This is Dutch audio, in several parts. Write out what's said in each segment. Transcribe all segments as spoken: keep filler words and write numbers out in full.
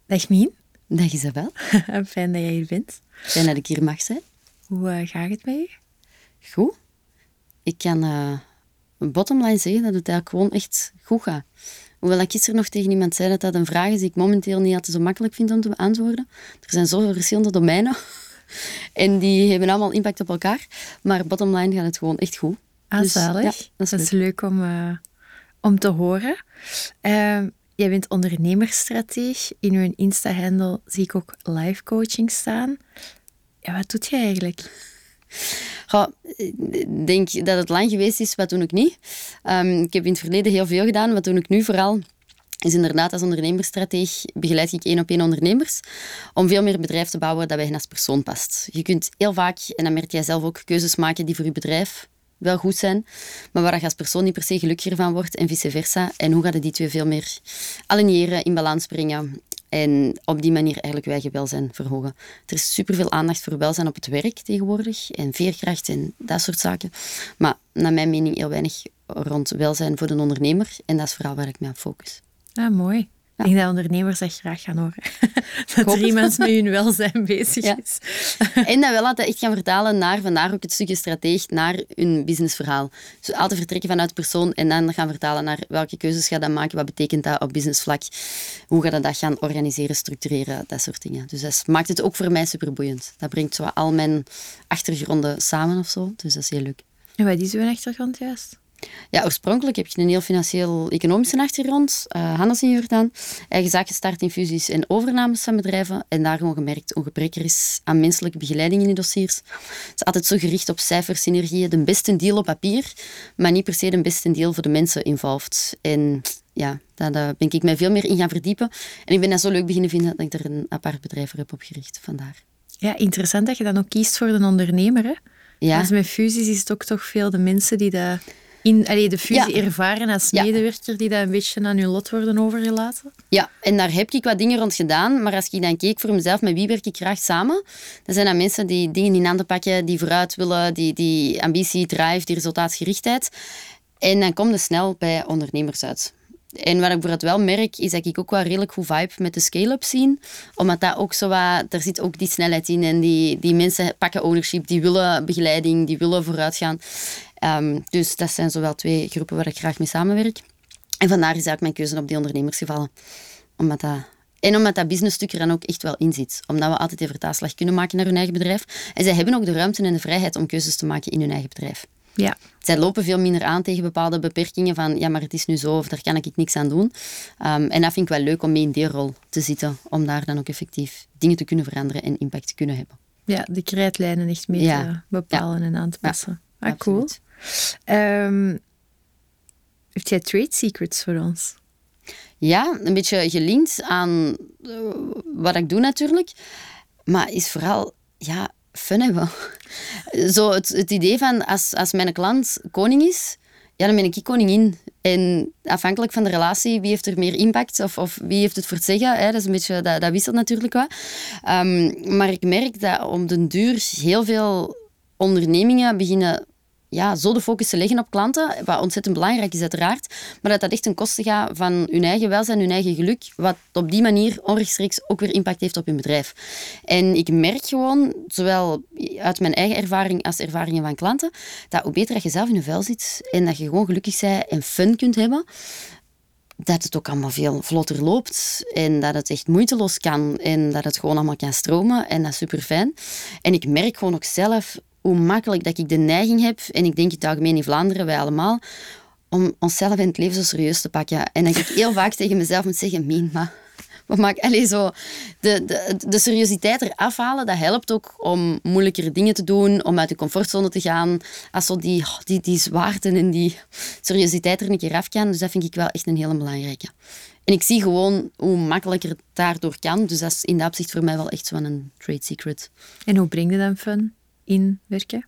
Dag Mien. Dag Isabel. Fijn dat jij hier bent. Fijn dat ik hier mag zijn. Hoe uh, gaat het met je? Goed. Ik kan uh, bottomline zeggen dat het eigenlijk gewoon echt goed gaat. Hoewel ik gisteren nog tegen iemand zei dat dat een vraag is die ik momenteel niet altijd zo makkelijk vind om te beantwoorden. Er zijn zoveel verschillende domeinen. En die hebben allemaal impact op elkaar. Maar bottomline gaat het gewoon echt goed. Ah, dus, zalig. Ja, dat is, dat is leuk, leuk om, uh, om te horen. Uh, jij bent ondernemersstrateeg. In je Insta-handle zie ik ook live coaching staan. Ja, wat doet jij eigenlijk? Goh, ik denk dat het lang geweest is, wat doe ik niet. Um, ik heb in het verleden heel veel gedaan. Wat doe ik nu vooral? Is inderdaad als ondernemersstrateeg begeleid ik één op één ondernemers om veel meer bedrijf te bouwen dat bij hen als persoon past. Je kunt heel vaak, en dan merk jij zelf ook, keuzes maken die voor je bedrijf wel goed zijn, maar waar je als persoon niet per se gelukkiger van wordt en vice versa. En hoe ga je die twee veel meer aligneren, in balans brengen en op die manier eigenlijk je eigen welzijn verhogen. Er is superveel aandacht voor welzijn op het werk tegenwoordig en veerkracht en dat soort zaken. Maar naar mijn mening heel weinig rond welzijn voor de ondernemer en dat is vooral waar ik me op focus. Ah, mooi. Ja. Ik denk dat ondernemers dat graag gaan horen. Dat er iemand met hun welzijn bezig ja. is. En dat wel altijd echt gaan vertalen naar, vandaar ook het stukje strateeg, naar hun businessverhaal. Dus altijd vertrekken vanuit persoon en dan gaan vertalen naar welke keuzes ga je dan maken, wat betekent dat op businessvlak, hoe ga je dat gaan organiseren, structureren, dat soort dingen. Dus dat maakt het ook voor mij superboeiend. Dat brengt zo al mijn achtergronden samen of zo, dus dat is heel leuk. En wat is uw achtergrond juist? Ja, oorspronkelijk heb ik een heel financieel-economische achtergrond, uh, handelsingenieur gedaan, eigen zaak gestart in fusies en overnames van bedrijven en daar gewoon gemerkt hoe gebrek er is aan menselijke begeleiding in die dossiers. Het is altijd zo gericht op cijfers, synergieën, de beste deal op papier, maar niet per se de beste deal voor de mensen involved. En ja, daar, daar ben ik mij veel meer in gaan verdiepen en ik ben dat zo leuk beginnen vinden dat ik er een apart bedrijf voor heb opgericht, vandaar. Ja, interessant dat je dan ook kiest voor de ondernemer, hè? Ja. Dus met fusies is het ook toch veel de mensen die dat... In, allee, de fusie ja. ervaren als ja. medewerker die dat een beetje aan hun lot worden overgelaten? Ja, en daar heb ik wat dingen rond gedaan. Maar als ik dan keek voor mezelf, met wie werk ik graag samen? Dan zijn dat mensen die dingen in handen pakken, die vooruit willen, die, die ambitie, drive, die resultaatsgerichtheid. En dan kom je snel bij ondernemers uit. En wat ik bijvoorbeeld wel merk, is dat ik ook wel redelijk goed vibe met de scale-up zien. Omdat dat ook zo wat... Er zit ook die snelheid in en die, die mensen pakken ownership, die willen begeleiding, die willen vooruitgaan. Um, dus dat zijn zowel twee groepen waar ik graag mee samenwerk. En vandaar is eigenlijk mijn keuze op die ondernemers gevallen. Omdat dat... En omdat dat businessstuk er dan ook echt wel in zit. Omdat we altijd de vertaalslag kunnen maken naar hun eigen bedrijf. En zij hebben ook de ruimte en de vrijheid om keuzes te maken in hun eigen bedrijf. Ja. Zij lopen veel minder aan tegen bepaalde beperkingen van ja, maar het is nu zo of daar kan ik niks aan doen. Um, en dat vind ik wel leuk om mee in die rol te zitten. Om daar dan ook effectief dingen te kunnen veranderen en impact te kunnen hebben. Ja, de krijtlijnen echt mee ja. te bepalen ja. en aan te passen. Ja, ah, cool. Um, heb jij trade secrets voor ons? Ja, een beetje gelinkt aan uh, wat ik doe natuurlijk. Maar is vooral... ja. fun hebben. Zo het, het idee van, als, als mijn klant koning is, ja, dan ben ik koningin. En afhankelijk van de relatie, wie heeft er meer impact of, of wie heeft het voor het zeggen, hè, dat, is een beetje, dat, dat wisselt natuurlijk wat. Um, maar ik merk dat om den duur heel veel ondernemingen beginnen ja, zo de focus te leggen op klanten, wat ontzettend belangrijk is uiteraard, maar dat dat echt ten koste gaat van hun eigen welzijn, hun eigen geluk, wat op die manier onrechtstreeks ook weer impact heeft op hun bedrijf. En ik merk gewoon, zowel uit mijn eigen ervaring als ervaringen van klanten, dat hoe beter dat je zelf in je vel zit en dat je gewoon gelukkig bent en fun kunt hebben, dat het ook allemaal veel vlotter loopt en dat het echt moeiteloos kan en dat het gewoon allemaal kan stromen en dat is super fijn. En ik merk gewoon ook zelf hoe makkelijk dat ik de neiging heb, en ik denk het algemeen in Vlaanderen, wij allemaal, om onszelf in het leven zo serieus te pakken. En dat ik heel vaak tegen mezelf moet zeggen, Mien, maar wat maak allee, zo de, de, de seriositeit eraf halen, dat helpt ook om moeilijkere dingen te doen, om uit de comfortzone te gaan, als zo die, die, die zwaarte en die seriositeit er een keer af kan. Dus dat vind ik wel echt een hele belangrijke. En ik zie gewoon hoe makkelijker het daardoor kan. Dus dat is in dat opzicht voor mij wel echt zo'n trade secret. En hoe breng je dan fun in werken?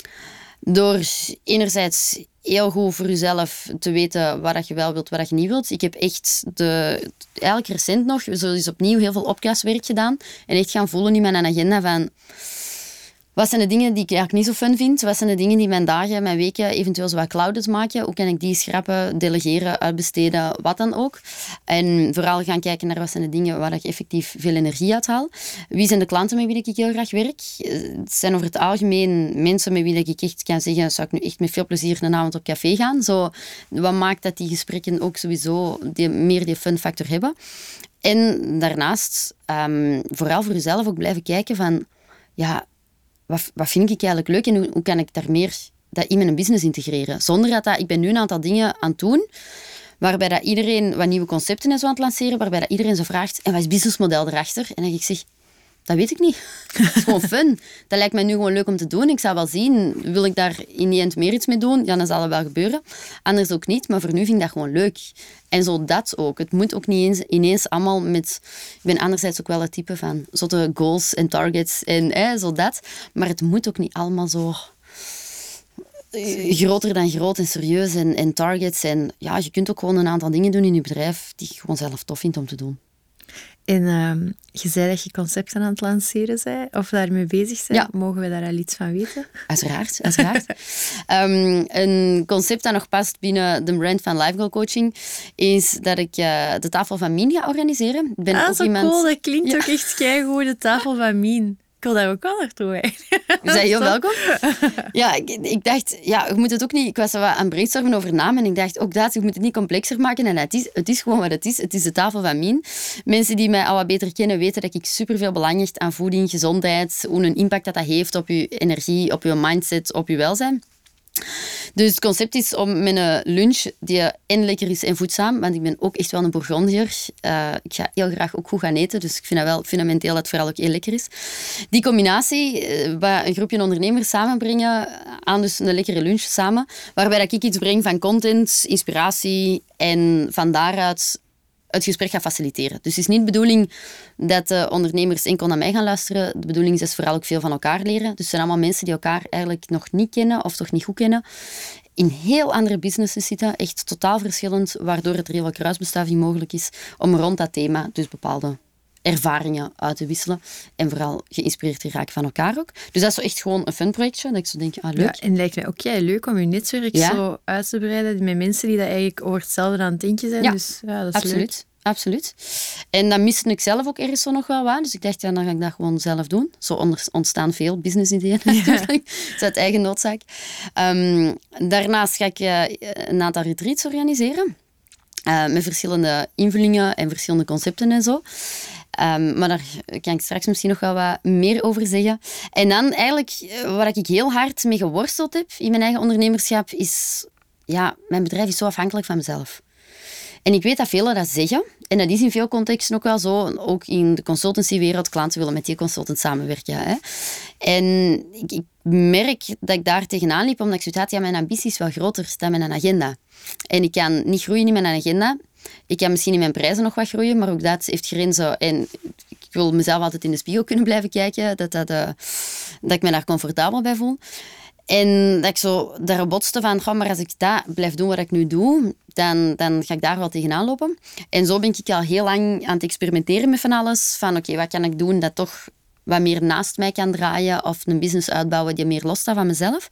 Door enerzijds heel goed voor jezelf te weten wat je wel wilt, wat je niet wilt. Ik heb echt de, eigenlijk recent nog zo is opnieuw heel veel opkastwerk gedaan en echt gaan voelen in mijn agenda van Wat zijn de dingen die ik eigenlijk niet zo fun vind? Wat zijn de dingen die mijn dagen, mijn weken eventueel zo wat clouded maken? Hoe kan ik die schrappen, delegeren, uitbesteden, wat dan ook? En vooral gaan kijken naar wat zijn de dingen waar ik effectief veel energie uit haal. Wie zijn de klanten met wie ik heel graag werk? Het zijn over het algemeen mensen met wie ik echt kan zeggen, zou ik nu echt met veel plezier een avond op café gaan? Zo, wat maakt dat die gesprekken ook sowieso die, meer die fun factor hebben? En daarnaast, um, vooral voor jezelf ook blijven kijken van, ja, wat, wat vind ik eigenlijk leuk en hoe, hoe kan ik daar meer dat in mijn business integreren? Zonder dat, dat ik ben nu een aantal dingen aan het doen, waarbij dat iedereen wat nieuwe concepten en zo aan het lanceren, waarbij dat iedereen zo vraagt, en wat is het businessmodel erachter? En dan ik zeg, dat weet ik niet. Dat is gewoon fun. Dat lijkt mij nu gewoon leuk om te doen. Ik zou wel zien, wil ik daar in die end meer iets mee doen? Ja, dan zal het wel gebeuren. Anders ook niet, maar voor nu vind ik dat gewoon leuk. En zo dat ook. Het moet ook niet eens, ineens allemaal met... Ik ben anderzijds ook wel het type van zotte goals en targets en eh, zo dat. Maar het moet ook niet allemaal zo... groter dan groot en serieus en, en targets. En ja, je kunt ook gewoon een aantal dingen doen in je bedrijf die je gewoon zelf tof vindt om te doen. En uh, je zei dat je concepten aan het lanceren bent, of daarmee bezig bent. Ja. Mogen we daar al iets van weten? Uiteraard, uiteraard. um, een concept dat nog past binnen de brand van Life Goal Coaching is dat ik uh, de tafel van Mien ga organiseren. Ik ben ah, ook zo iemand... cool. Dat klinkt ja. ook echt keigoed, de tafel van Mien. Ik wil daar ook wel naartoe. Je zei heel welkom. Ja, ik, ik dacht, ja, je moet het ook niet... Ik was er wat aan het brainstormen over namen en ik dacht, ook dat, je moet het niet complexer maken. En het is, het is gewoon wat het is. Het is de tafel van Mien. Mensen die mij al wat beter kennen, weten dat ik superveel belang hecht aan voeding, gezondheid, hoe een impact dat dat heeft op je energie, op je mindset, op je welzijn. Dus het concept is om met een lunch die en lekker is en voedzaam, want ik ben ook echt wel een Bourgondier. Uh, ik ga heel graag ook goed gaan eten, dus ik vind dat wel fundamenteel dat het vooral ook heel lekker is. Die combinatie, uh, waar een groepje ondernemers samenbrengen aan dus een lekkere lunch samen, waarbij dat ik iets breng van content, inspiratie en van daaruit het gesprek gaat faciliteren. Dus het is niet de bedoeling dat de ondernemers enkel naar mij gaan luisteren. De bedoeling is dus vooral ook veel van elkaar leren. Dus het zijn allemaal mensen die elkaar eigenlijk nog niet kennen of toch niet goed kennen. In heel andere businesses zitten, echt totaal verschillend, waardoor het reële kruisbestuiving mogelijk is om rond dat thema dus bepaalde ervaringen uit te wisselen. En vooral geïnspireerd te raken van elkaar ook. Dus dat is zo echt gewoon een fun projectje. Dat ik zo denk, ah, leuk. Ja, en het lijkt mij ook ja, leuk om je netwerk ja. zo uit te breiden met mensen die dat eigenlijk over hetzelfde aan het denken zijn. Ja, dus ja, dat is absoluut. Leuk. Absoluut. En dan miste ik zelf ook ergens zo nog wel wat. Dus ik dacht, ja, dan ga ik dat gewoon zelf doen. Zo ontstaan veel business-ideeën natuurlijk. Ja. Dat is uit eigen noodzaak. Um, daarnaast ga ik uh, een aantal retreats organiseren. Uh, met verschillende invullingen en verschillende concepten en zo. Um, maar daar kan ik straks misschien nog wel wat meer over zeggen. En dan eigenlijk, waar ik heel hard mee geworsteld heb in mijn eigen ondernemerschap, is... Ja, mijn bedrijf is zo afhankelijk van mezelf. En ik weet dat velen dat zeggen. En dat is in veel contexten ook wel zo. Ook in de consultancywereld. Klanten willen met die consultant samenwerken. Hè. En ik, ik merk dat ik daar tegenaan liep. Omdat ik zoiets had, ja, mijn ambitie is wel groter dan mijn agenda. En ik kan niet groeien in mijn agenda. Ik kan misschien in mijn prijzen nog wat groeien. Maar ook dat heeft grenzen. En ik wil mezelf altijd in de spiegel kunnen blijven kijken. Dat, dat, uh, dat ik me daar comfortabel bij voel. En dat ik zo daar botste van, goh, maar als ik dat blijf doen wat ik nu doe, dan, dan ga ik daar wel tegenaan lopen. En zo ben ik al heel lang aan het experimenteren met van alles. Van oké, okay, wat kan ik doen dat toch wat meer naast mij kan draaien of een business uitbouwen die meer losstaat van mezelf.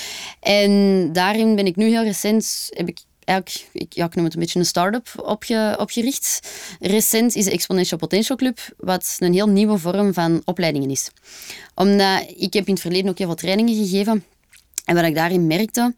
En daarin ben ik nu heel recent, heb ik eigenlijk, ik, ja, ik noem het een beetje een start-up opge, opgericht. Recent is de Exponential Potential Club, wat een heel nieuwe vorm van opleidingen is. Omdat ik heb in het verleden ook heel veel trainingen gegeven. En wat ik daarin merkte,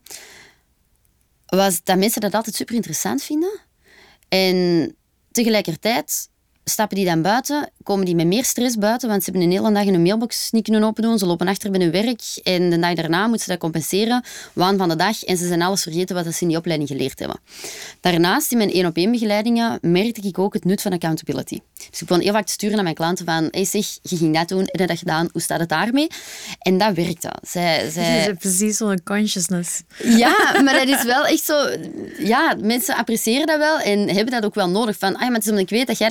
was dat mensen dat altijd super interessant vinden. En tegelijkertijd stappen die dan buiten, komen die met meer stress buiten, want ze hebben een hele dag een mailbox niet kunnen open doen. Ze lopen achter bij hun werk en de dag daarna moeten ze dat compenseren, waan van de dag, en ze zijn alles vergeten wat ze in die opleiding geleerd hebben. Daarnaast, in mijn één-op-één begeleidingen, merkte ik ook het nut van accountability. Dus ik begon heel vaak te sturen naar mijn klanten van, hey zeg, je ging dat doen, heb je dat gedaan, hoe staat het daarmee? En dat werkte. Zij, zij... Dat is precies zo'n consciousness. Ja, maar dat is wel echt zo... Ja, mensen appreciëren dat wel en hebben dat ook wel nodig. Van, ah, maar het is omdat ik weet dat jij dat gaat sturen,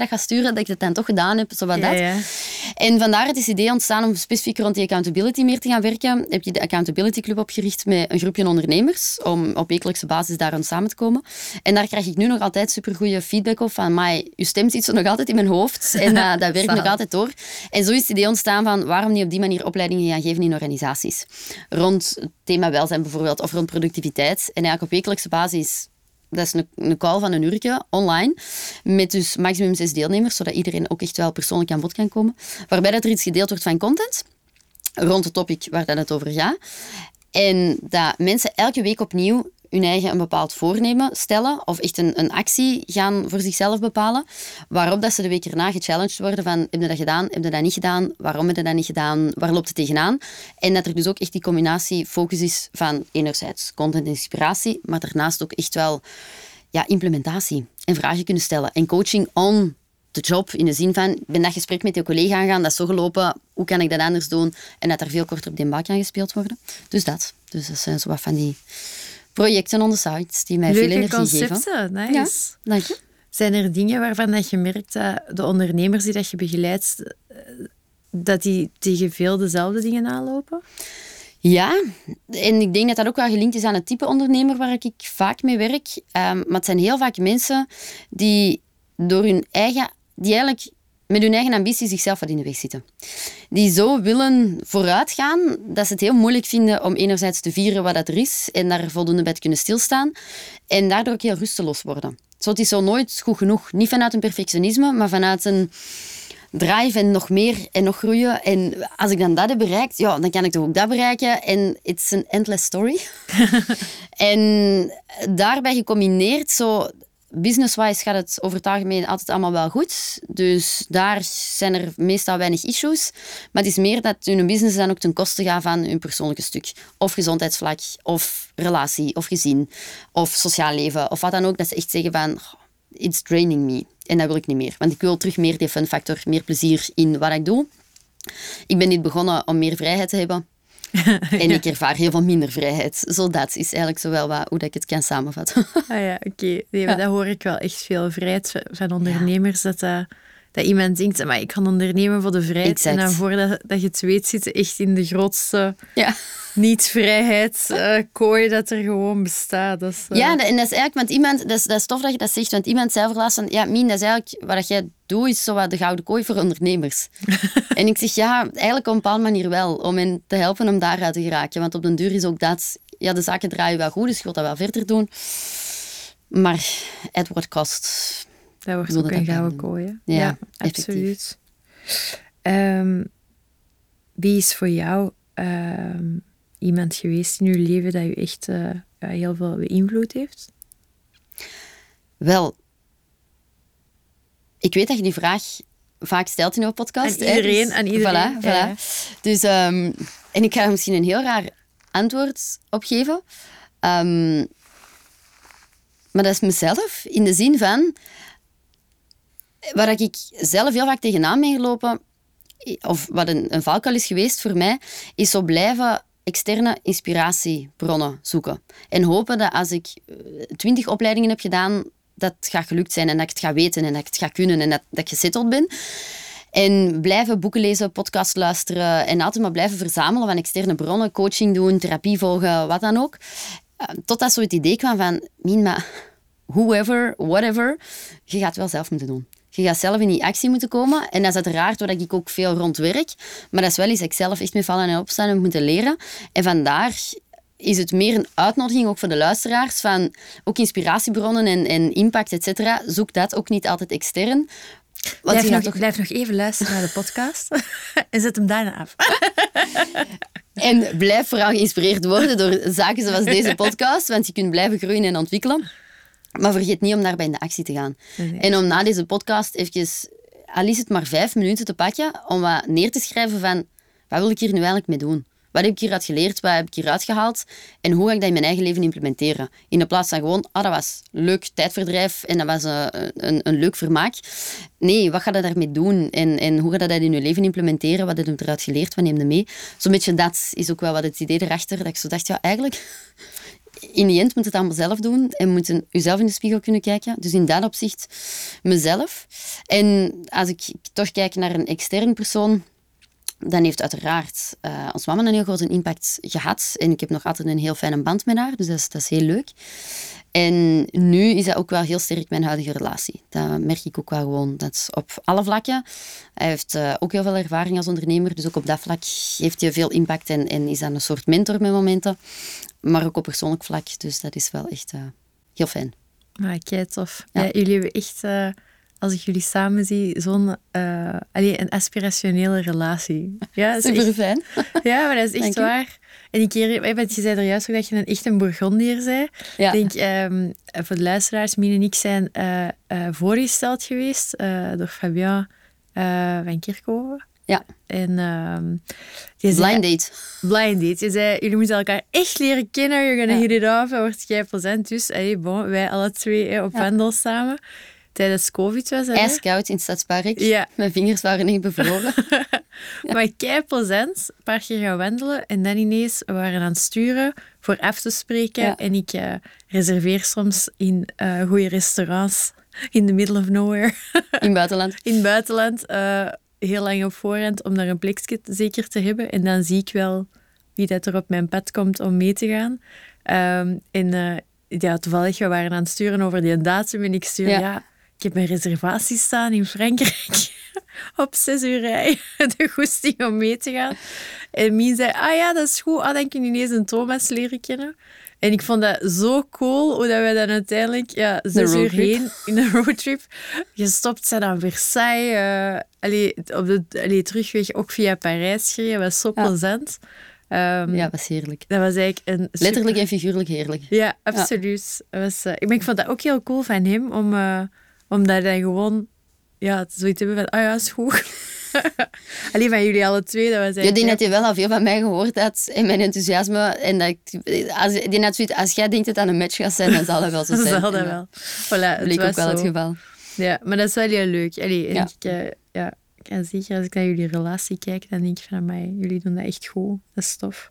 sturen, dat ik het dan toch gedaan heb, zo wat Ja, dat. ja. En vandaar het is idee ontstaan om specifiek rond die accountability meer te gaan werken. Heb je de Accountability Club opgericht met een groepje ondernemers, om op wekelijkse basis daar rond samen te komen. En daar krijg ik nu nog altijd supergoeie feedback op van, maar je stem zit zo nog altijd in mijn hoofd en uh, dat werkt nog altijd door. En zo is het idee ontstaan van, waarom niet op die manier opleidingen gaan geven in organisaties. Rond het thema welzijn bijvoorbeeld, of rond productiviteit. En eigenlijk op wekelijkse basis, dat is een, een call van een uurtje online, met dus maximum zes deelnemers, zodat iedereen ook echt wel persoonlijk aan bod kan komen. Waarbij dat er iets gedeeld wordt van content, rond het topic waar dat het over gaat. En dat mensen elke week opnieuw hun eigen een bepaald voornemen stellen of echt een, een actie gaan voor zichzelf bepalen, waarop dat ze de week erna gechallenged worden van, heb je dat gedaan, heb je dat niet gedaan, waarom heb je dat niet gedaan, waar loopt het tegenaan? En dat er dus ook echt die combinatie focus is van enerzijds content en inspiratie, maar daarnaast ook echt wel ja, implementatie en vragen kunnen stellen en coaching on the job, in de zin van, ik ben dat gesprek met je collega aangaan, dat is zo gelopen, hoe kan ik dat anders doen? En dat er veel korter op de bak kan gespeeld worden. Dus dat. Dus dat zijn zo wat van die projecten on the side die mij Leuke veel energie concepten, geven. nice. Ja, dank je. Zijn er dingen waarvan dat je merkt dat de ondernemers die dat je begeleidt, dat die tegen veel dezelfde dingen aanlopen? Ja, en ik denk dat dat ook wel gelinkt is aan het type ondernemer waar ik vaak mee werk. Um, maar het zijn heel vaak mensen die door hun eigen, die eigenlijk met hun eigen ambitie zichzelf wat in de weg zitten. Die zo willen vooruitgaan dat ze het heel moeilijk vinden om enerzijds te vieren wat dat er is en daar voldoende bij te kunnen stilstaan en daardoor ook heel rusteloos worden. Zo, het is zo nooit goed genoeg. Niet vanuit een perfectionisme, maar vanuit een drive en nog meer en nog groeien. En als ik dan dat heb bereikt, ja, dan kan ik toch ook dat bereiken. En it's an endless story. En daarbij gecombineerd, zo business-wise gaat het over het algemeen altijd allemaal wel goed. Dus daar zijn er meestal weinig issues. Maar het is meer dat hun business dan ook ten koste gaat van hun persoonlijke stuk. Of gezondheidsvlak, of relatie, of gezin, of sociaal leven, of wat dan ook. Dat ze echt zeggen van, it's draining me. En dat wil ik niet meer. Want ik wil terug meer die fun factor, meer plezier in wat ik doe. Ik ben niet begonnen om meer vrijheid te hebben. En ik ervaar heel veel minder vrijheid. Zo dat is eigenlijk zo wel wat, hoe dat ik het kan samenvatten. Ah ja, oké. Okay. Nee, ja. Dat hoor ik wel echt veel. Vrijheid van ondernemers. Ja. Dat, uh, dat iemand denkt, maar ik kan ondernemen voor de vrijheid. Exact. En dan voordat dat je het weet, zit echt in de grootste ja. niet-vrijheid uh, kooi dat er gewoon bestaat. Dat is, uh... Ja, en dat is eigenlijk, want iemand, dat is, dat is tof dat je dat zegt, want iemand zei overlaatst van, ja, Mien, dat is eigenlijk, wat jij doet, is zo wat de gouden kooi voor ondernemers. En ik zeg, ja, eigenlijk op een bepaalde manier wel, om hen te helpen om daaruit te geraken. Want op den duur is ook dat, ja, de zaken draaien wel goed, dus ik wil dat wel verder doen. Maar at what cost? Dat wordt ook een gouden kooi, hè? Ja, ja, absoluut. Um, wie is voor jou um, iemand geweest in je leven dat je echt uh, heel veel beïnvloed heeft? Wel, ik weet dat je die vraag vaak stelt in jouw podcast. Aan iedereen, hè? Dus, aan iedereen. Voilà, voilà. Ja. Dus, um, en ik ga er misschien een heel raar antwoord op geven. Um, maar dat is mezelf, in de zin van, waar ik zelf heel vaak tegenaan ben gelopen, of wat een, een valkuil is geweest voor mij, is zo blijven externe inspiratiebronnen zoeken. En hopen dat als ik twintig opleidingen heb gedaan, dat het gaat gelukt zijn en dat ik het ga weten en dat ik het ga kunnen en dat, dat ik gesetteld ben. En blijven boeken lezen, podcast luisteren en altijd maar blijven verzamelen van externe bronnen, coaching doen, therapie volgen, wat dan ook. Totdat zo het idee kwam van, Mien, maar whoever, whatever, je gaat het wel zelf moeten doen. Je gaat zelf in die actie moeten komen. En dat is uiteraard waar ik ook veel rond werk. Maar dat is wel iets dat ik zelf echt mee vallen en opstaan en moeten leren. En vandaar is het meer een uitnodiging ook voor de luisteraars van ook inspiratiebronnen en, en impact, et cetera. Zoek dat ook niet altijd extern. Blijf nog, toch... blijf nog even luisteren naar de podcast en zet hem daarna af. En blijf vooral geïnspireerd worden door zaken zoals deze podcast, want je kunt blijven groeien en ontwikkelen. Maar vergeet niet om daarbij in de actie te gaan. Nee. En om na deze podcast even, al is het maar vijf minuten te pakken, om wat neer te schrijven van, wat wil ik hier nu eigenlijk mee doen? Wat heb ik hieruit geleerd? Wat heb ik hieruit gehaald? En hoe ga ik dat in mijn eigen leven implementeren? In de plaats van gewoon, ah, dat was leuk tijdverdrijf en dat was een, een, een leuk vermaak. Nee, wat ga je daarmee doen? En, en hoe ga je dat in je leven implementeren? Wat heb je eruit geleerd? Wat neem je mee? Zo'n beetje dat is ook wel wat het idee erachter, dat ik zo dacht, ja, eigenlijk... in die end moet het allemaal zelf doen en moet jezelf in de spiegel kunnen kijken. Dus in dat opzicht mezelf. En als ik toch kijk naar een extern persoon, dan heeft uiteraard uh, ons mama een heel grote impact gehad. En ik heb nog altijd een heel fijne band met haar, dus dat is, dat is heel leuk. En nu is dat ook wel heel sterk mijn huidige relatie. Dat merk ik ook wel gewoon. Dat is op alle vlakken. Hij heeft uh, ook heel veel ervaring als ondernemer, dus ook op dat vlak heeft hij veel impact en, en is dan een soort mentor met momenten. Maar ook op persoonlijk vlak, dus dat is wel echt uh, heel fijn. Ah, kei tof. Ja. Ja, jullie hebben echt... Uh... Als ik jullie samen zie, zo'n uh, allee, een aspirationele relatie. Ja, super fijn. Ja, maar dat is echt waar. En een keer, je zei er juist ook dat je een echt een Bourgondier zei. Ja. Ik denk, um, voor de luisteraars, Mien en ik zijn uh, uh, voorgesteld geweest uh, door Fabien uh, van Kerkhoven. Ja. En, um, blind zei, date. Blind date. Je zei, jullie moeten elkaar echt leren kennen. You're gonna ja. hit it off. Dat wordt kei plezant. Dus allee, bon, wij alle twee eh, op ja. wandel samen. Tijdens COVID was dat. IJskoud in het Stadspark. Ja. Mijn vingers waren niet bevroren. Ja. Maar kei plezant. Een paar keer gaan wandelen. En dan ineens, we waren aan het sturen voor af te spreken. Ja. En ik uh, reserveer soms in uh, goede restaurants in the middle of nowhere. In het buitenland. In het buitenland. Uh, heel lang op voorhand om daar een plekje zeker te hebben. En dan zie ik wel wie dat er op mijn pad komt om mee te gaan. Um, en uh, ja, toevallig, we waren aan het sturen over die datum. En ik stuur, ja... ja ik heb mijn reservatie staan in Frankrijk op zes uur rij. De goesting om mee te gaan. En Mien zei, ah ja, dat is goed. Ah, dan kun je ineens een Thomas leren kennen. En ik vond dat zo cool, hoe dat wij dan uiteindelijk ja, zes uur heen in een roadtrip gestopt zijn aan Versailles. Uh, allee, op de allee, terugweg ook via Parijs gereden. Dat was zo ja. plezant. Um, ja, dat was heerlijk. Dat was eigenlijk een super... Letterlijk en figuurlijk heerlijk. Ja, absoluut. Ja. Was, uh, ik, ik vond dat ook heel cool van hem, om... Uh, omdat hij gewoon ja, zoiets hebben van, ah ja, is goed. Alleen van jullie alle twee. Dat was ik denk dat hij wel al veel van mij gehoord had en mijn enthousiasme. En dat ik, als, die had zoiets, als jij denkt dat het aan een match gaat zijn, dan zal dat wel zo zijn. Dat zal dat wel. Voilà, bleek ook wel zo. Het geval. Ja, maar dat is wel heel leuk. Allee, en ja. ik, uh, ja, ik kan zeker, als ik naar jullie relatie kijk, dan denk ik van, mij, jullie doen dat echt goed. Dat is tof.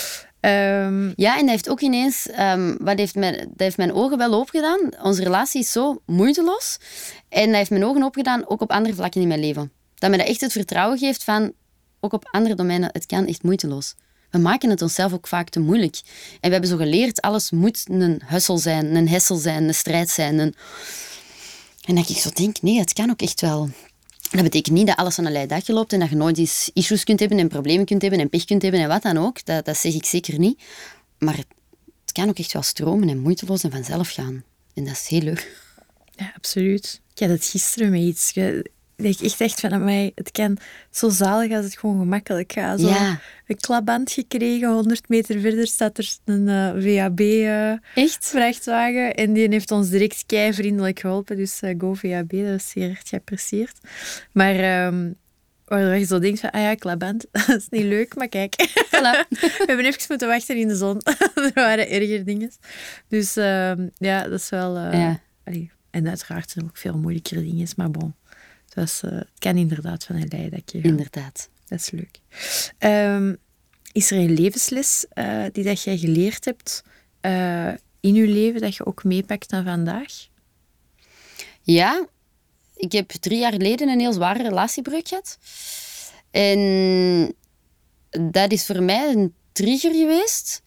Um, ja, en dat heeft ook ineens... Um, wat heeft mijn, dat heeft mijn ogen wel opgedaan. Onze relatie is zo moeiteloos. En dat heeft mijn ogen opgedaan, ook op andere vlakken in mijn leven. Dat me dat echt het vertrouwen geeft van... Ook op andere domeinen, het kan echt moeiteloos. We maken het onszelf ook vaak te moeilijk. En we hebben zo geleerd, alles moet een hustle zijn, een hessel zijn, een strijd zijn. Een... En dat ik zo denk, nee, het kan ook echt wel... Dat betekent niet dat alles aan een leien dagje loopt en dat je nooit eens issues kunt hebben en problemen kunt hebben en pech kunt hebben en wat dan ook. Dat, dat zeg ik zeker niet. Maar het, het kan ook echt wel stromen en moeiteloos en vanzelf gaan. En dat is heel leuk. Ja, absoluut. Ik had het gisteren met iets. Ik echt echt van mij, het kan zo zalig als het gewoon gemakkelijk gaat. Zo ja. Een klapband gekregen, honderd meter verder staat er een uh, V A B-vrachtwagen. Uh, en die heeft ons direct keivriendelijk geholpen. Dus uh, go V A B, dat is zeer echt geapprecieerd. Maar um, waardoor je zo denkt van, ah ja, klapband, dat is niet leuk, maar kijk. Voilà. We hebben even moeten wachten in de zon. Er waren erger dingen. Dus uh, ja, dat is wel... Uh, ja. allee, en uiteraard zijn er ook veel moeilijkere dingen, maar bon. Dus uh, het kan inderdaad van een leidakje gaan. Inderdaad. Dat is leuk. Um, is er een levensles uh, die dat jij geleerd hebt uh, in je leven, dat je ook meepakt naar vandaag? Ja, ik heb drie jaar geleden een heel zware relatiebreuk gehad. En dat is voor mij een trigger geweest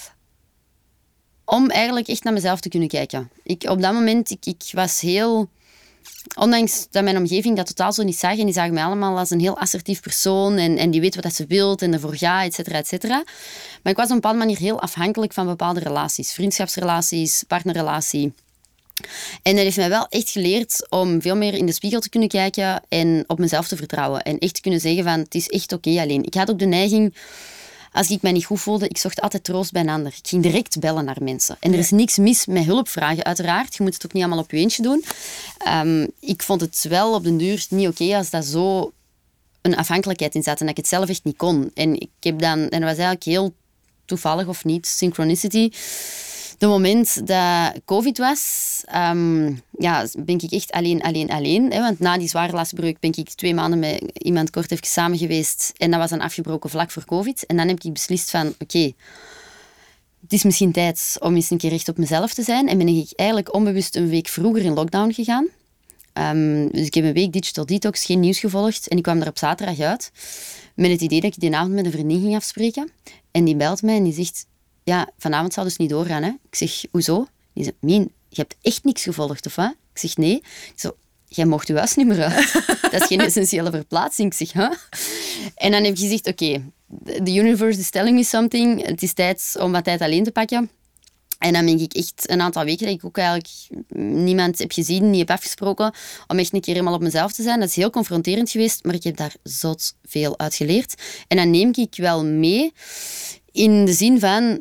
om eigenlijk echt naar mezelf te kunnen kijken. Ik, op dat moment, ik, ik was heel... Ondanks dat mijn omgeving dat totaal zo niet zag, en die zagen mij allemaal als een heel assertief persoon en, en die weet wat ze wil en ervoor gaat, et cetera, et cetera. Maar ik was op een bepaalde manier heel afhankelijk van bepaalde relaties. Vriendschapsrelaties, partnerrelatie. En dat heeft mij wel echt geleerd om veel meer in de spiegel te kunnen kijken en op mezelf te vertrouwen. En echt te kunnen zeggen van, het is echt oké okay alleen. Ik had ook de neiging... Als ik mij niet goed voelde, ik zocht altijd troost bij een ander. Ik ging direct bellen naar mensen. En er is niks mis met hulp vragen, uiteraard. Je moet het ook niet allemaal op je eentje doen. Um, ik vond het wel op den duur niet oké okay als dat zo een afhankelijkheid in zat en dat ik het zelf echt niet kon. En ik heb dan, en dat was eigenlijk heel toevallig of niet, synchronicity. De moment dat COVID was, um, ja, ben ik echt alleen, alleen, alleen. Hè? Want na die zware relatiebreuk ben ik twee maanden met iemand kort even samen geweest. En dat was dan afgebroken vlak voor COVID. En dan heb ik beslist van, oké, okay, het is misschien tijd om eens een keer recht op mezelf te zijn. En ben ik eigenlijk onbewust een week vroeger in lockdown gegaan. Um, dus ik heb een week digital detox, geen nieuws gevolgd. En ik kwam er op zaterdag uit met het idee dat ik die avond met een vriendin ging afspreken. En die belt mij en die zegt, ja, vanavond zou dus niet doorgaan. Hè? Ik zeg, hoezo? Die zegt, Mien, je hebt echt niks gevolgd, of wat? Ik zeg, nee. Ik zo, jij mocht je huis niet meer uit. Dat is geen essentiële verplaatsing. Ik zeg, huh? En dan heb ik gezegd, oké, okay, the universe is telling me something. Het is tijd om wat tijd alleen te pakken. En dan ben ik echt een aantal weken dat ik ook eigenlijk niemand heb gezien, niet heb afgesproken, om echt een keer helemaal op mezelf te zijn. Dat is heel confronterend geweest, maar ik heb daar zot veel uit geleerd. En dan neem ik wel mee in de zin van,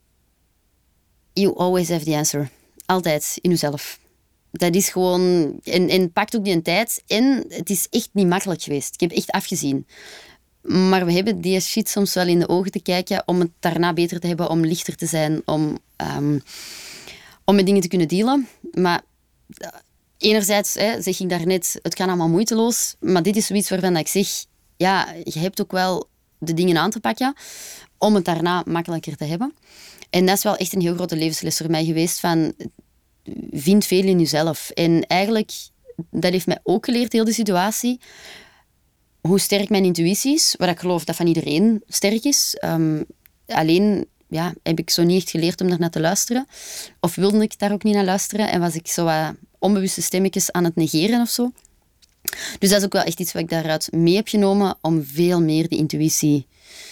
you always have the answer. Altijd, in jezelf. Dat is gewoon... En, en pakt ook die tijd. En het is echt niet makkelijk geweest. Ik heb echt afgezien. Maar we hebben die shit soms wel in de ogen te kijken om het daarna beter te hebben, om lichter te zijn, om, um, om met dingen te kunnen dealen. Maar uh, enerzijds hè, zeg ik daarnet, het kan allemaal moeiteloos, maar dit is zoiets waarvan ik zeg, ja, je hebt ook wel de dingen aan te pakken om het daarna makkelijker te hebben. En dat is wel echt een heel grote levensles voor mij geweest, van vind veel in jezelf. En eigenlijk, dat heeft mij ook geleerd, heel de situatie, hoe sterk mijn intuïtie is, waar ik geloof dat van iedereen sterk is. Um, alleen ja, heb ik zo niet echt geleerd om daarnaar te luisteren. Of wilde ik daar ook niet naar luisteren. En was ik zo uh, onbewuste stemmetjes aan het negeren of zo. Dus dat is ook wel echt iets wat ik daaruit mee heb genomen, om veel meer de intuïtie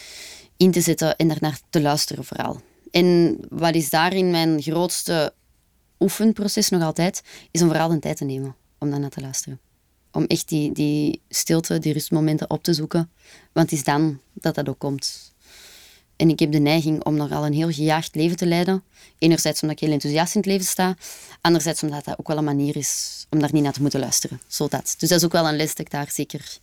in te zetten en daarnaar te luisteren vooral. En wat is daarin mijn grootste oefenproces nog altijd, is om vooral de tijd te nemen om daarnaar te luisteren. Om echt die, die stilte, die rustmomenten op te zoeken. Want het is dan dat dat ook komt. En ik heb de neiging om nogal een heel gejaagd leven te leiden. Enerzijds omdat ik heel enthousiast in het leven sta. Anderzijds omdat dat ook wel een manier is om daar niet naar te moeten luisteren. Zo dat. Dus dat is ook wel een les dat ik daar zeker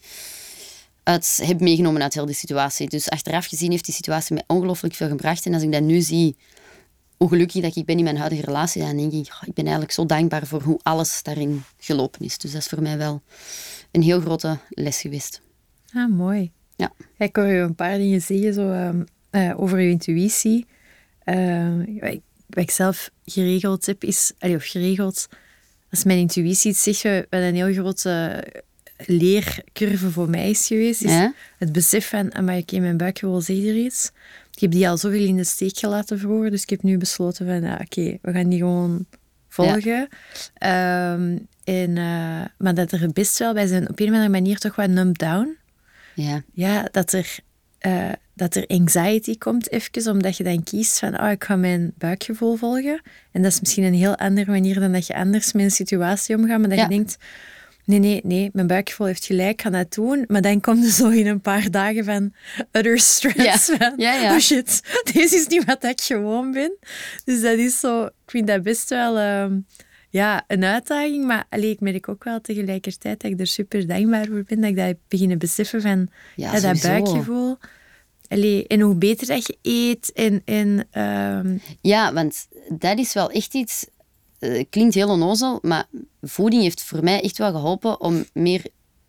uit heb meegenomen uit heel die situatie. Dus achteraf gezien heeft die situatie mij ongelooflijk veel gebracht. En als ik dat nu zie, hoe gelukkig dat ik ben in mijn huidige relatie, dan denk ik, oh, ik ben eigenlijk zo dankbaar voor hoe alles daarin gelopen is. Dus dat is voor mij wel een heel grote les geweest. Ah, mooi. Ja. Ik hoor je een paar dingen zeggen zo, um, uh, over je intuïtie. Uh, wat, ik, wat ik zelf geregeld heb, is... Allee, of geregeld... Als mijn intuïtie iets zegt, wat een heel grote leercurve voor mij is geweest, is ja? het besef van, amai, oké, mijn buikgevoel zegt er iets. Ik heb die al zoveel in de steek gelaten vroeger, dus ik heb nu besloten van, ah, oké, okay, we gaan die gewoon volgen. Ja. Um, en, uh, maar dat er best wel, wij zijn op een of andere manier toch wat numbed down. Ja. Ja, dat er, uh, dat er anxiety komt even, omdat je dan kiest van, oh, ik ga mijn buikgevoel volgen. En dat is misschien een heel andere manier dan dat je anders met een situatie omgaat, maar dat ja. je denkt, nee, nee, nee, mijn buikgevoel heeft gelijk, ik ga dat doen. Maar dan komt er zo in een paar dagen van utter stress. Ja. Van, ja, ja. oh shit, deze is niet wat ik gewoon ben. Dus dat is zo, ik vind dat best wel um, ja, een uitdaging. Maar allee, ik merk ook wel tegelijkertijd dat ik er super dankbaar voor ben. Dat ik dat heb beginnen beseffen van ja, ja, dat buikgevoel. Allee, en hoe beter dat je eet. En, en, um... Ja, want dat is wel echt iets... Uh, klinkt heel onnozel, maar voeding heeft voor mij echt wel geholpen om meer,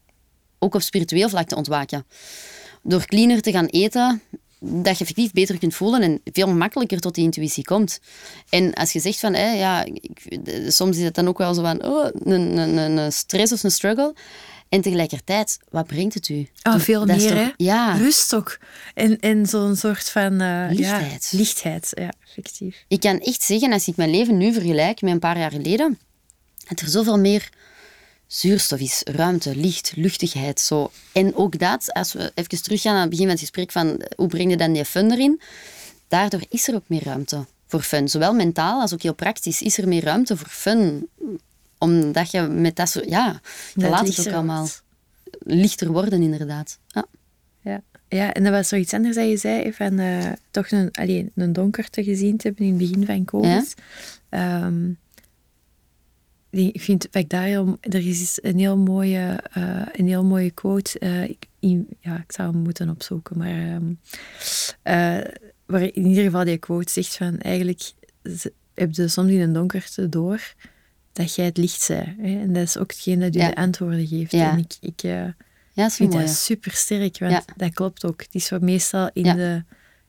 ook op spiritueel vlak, te ontwaken. Door cleaner te gaan eten, dat je effectief beter kunt voelen en veel makkelijker tot die intuïtie komt. En als je zegt van, hé, ja, ik, soms is het dan ook wel zo van, oh, een, een, een stress of een struggle. En tegelijkertijd, wat brengt het u? Oh, veel dat meer, toch, hè? Ja. Rust ook. En, en zo'n soort van... Uh, lichtheid. Ja, lichtheid, ja, effectief. Ik kan echt zeggen, als ik mijn leven nu vergelijk met een paar jaar geleden, dat er zoveel meer zuurstof is, ruimte, licht, luchtigheid. Zo. En ook dat, als we even teruggaan aan het begin van het gesprek van hoe breng je dan die fun erin, daardoor is er ook meer ruimte voor fun. Zowel mentaal als ook heel praktisch is er meer ruimte voor fun. Omdat je met dat zo... Ja, je dat laat het ook allemaal lichter worden, inderdaad. Ja. Ja. Ja, en dat was zoiets anders dat je zei, van uh, toch een, allee, een donkerte gezien te hebben in het begin van COVID. Ja. Um, ik vind dat ik daar heel... Er is een heel mooie, uh, een heel mooie quote. Uh, ik, in, ja, ik zou hem moeten opzoeken, maar... Um, uh, waar in ieder geval die quote zegt van... Eigenlijk heb je soms in een donkerte door dat jij het licht zij. Hè? En dat is ook hetgeen dat je ja. de antwoorden geeft. Ja. En ik... ik uh, Ja, ik vind mooi, dat super sterk, want ja. dat klopt ook. Het is wat meestal in ja. de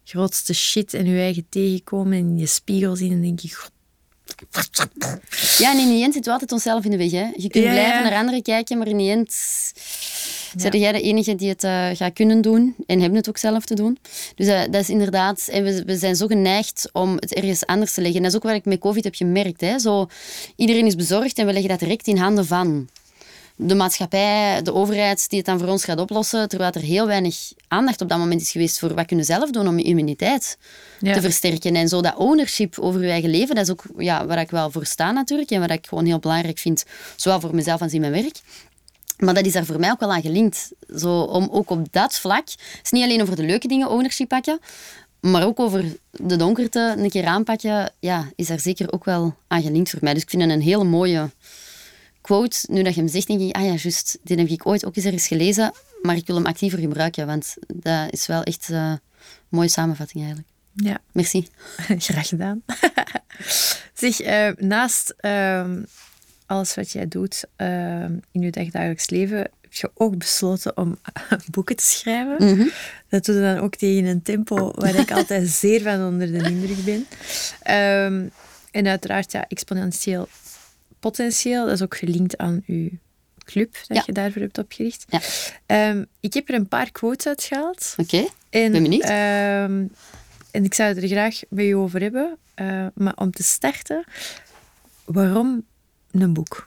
grootste shit en je eigen tegenkomen en in je spiegel zien en denk je... God. Ja, en in die end zitten we altijd onszelf in de weg. Hè? Je kunt Ja, blijven ja. naar anderen kijken, maar in die end... Ja. Ben jij de enige die het uh, gaat kunnen doen en hebben het ook zelf te doen. Dus uh, dat is inderdaad... En we, we zijn zo geneigd om het ergens anders te leggen. En dat is ook wat ik met COVID heb gemerkt. Hè? Zo, iedereen is bezorgd en we leggen dat direct in handen van de maatschappij, de overheid, die het dan voor ons gaat oplossen, terwijl er heel weinig aandacht op dat moment is geweest voor wat kunnen we zelf doen om je immuniteit ja. te versterken. En zo dat ownership over je eigen leven, dat is ook ja, waar ik wel voor sta natuurlijk en wat ik gewoon heel belangrijk vind, zowel voor mezelf als in mijn werk. Maar dat is daar voor mij ook wel aan gelinkt. Zo, om ook op dat vlak, het is niet alleen over de leuke dingen ownership pakken, maar ook over de donkerte een keer aanpakken, ja, is daar zeker ook wel aan gelinkt voor mij. Dus ik vind het een hele mooie quote. Nu dat je hem zegt, denk ik, ah ja, juist, die heb ik ooit ook eens ergens gelezen, maar ik wil hem actiever gebruiken, want dat is wel echt uh, een mooie samenvatting eigenlijk. Ja. Merci. Graag gedaan. Zeg, uh, naast uh, alles wat jij doet uh, in je dagdagelijks leven, heb je ook besloten om boeken te schrijven. Mm-hmm. Dat doe je dan ook tegen een tempo waar ik altijd zeer van onder de indruk ben. Um, en uiteraard, ja, exponentieel potentieel. Dat is ook gelinkt aan je club dat ja. je daarvoor hebt opgericht. Ja. Um, ik heb er een paar quotes uitgehaald. Oké, okay. ben benieuwd. Um, en ik zou het er graag met je over hebben. Uh, maar om te starten, waarom een boek?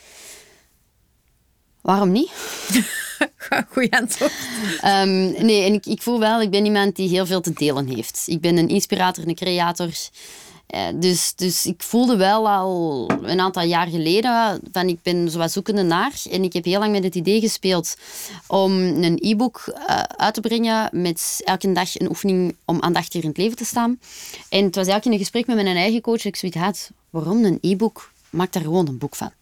Waarom niet? Goeie antwoord. Um, nee, en ik, ik voel wel, ik ben iemand die heel veel te delen heeft. Ik ben een inspirator, een creator. Uh, dus, dus ik voelde wel al een aantal jaar geleden van ik ben zo wat zoekende naar. En ik heb heel lang met het idee gespeeld om een e-book uh, uit te brengen met elke dag een oefening om aandachtiger in het leven te staan. En het was eigenlijk in een gesprek met mijn eigen coach dat ik zoiets had, waarom een e-book? Maak daar gewoon een boek van.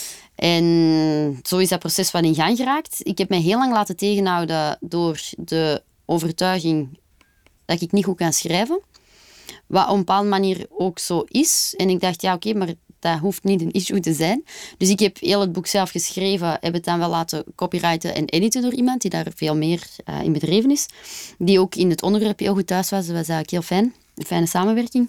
En zo is dat proces wat in gang geraakt. Ik heb mij heel lang laten tegenhouden door de overtuiging dat ik niet goed kan schrijven. Wat op een bepaalde manier ook zo is. En ik dacht, ja oké, okay, maar dat hoeft niet een issue te zijn. Dus ik heb heel het boek zelf geschreven, heb het dan wel laten copyrighten en editen door iemand die daar veel meer uh, in bedreven is. Die ook in het onderwerp heel goed thuis was. Dat was eigenlijk heel fijn. Een fijne samenwerking.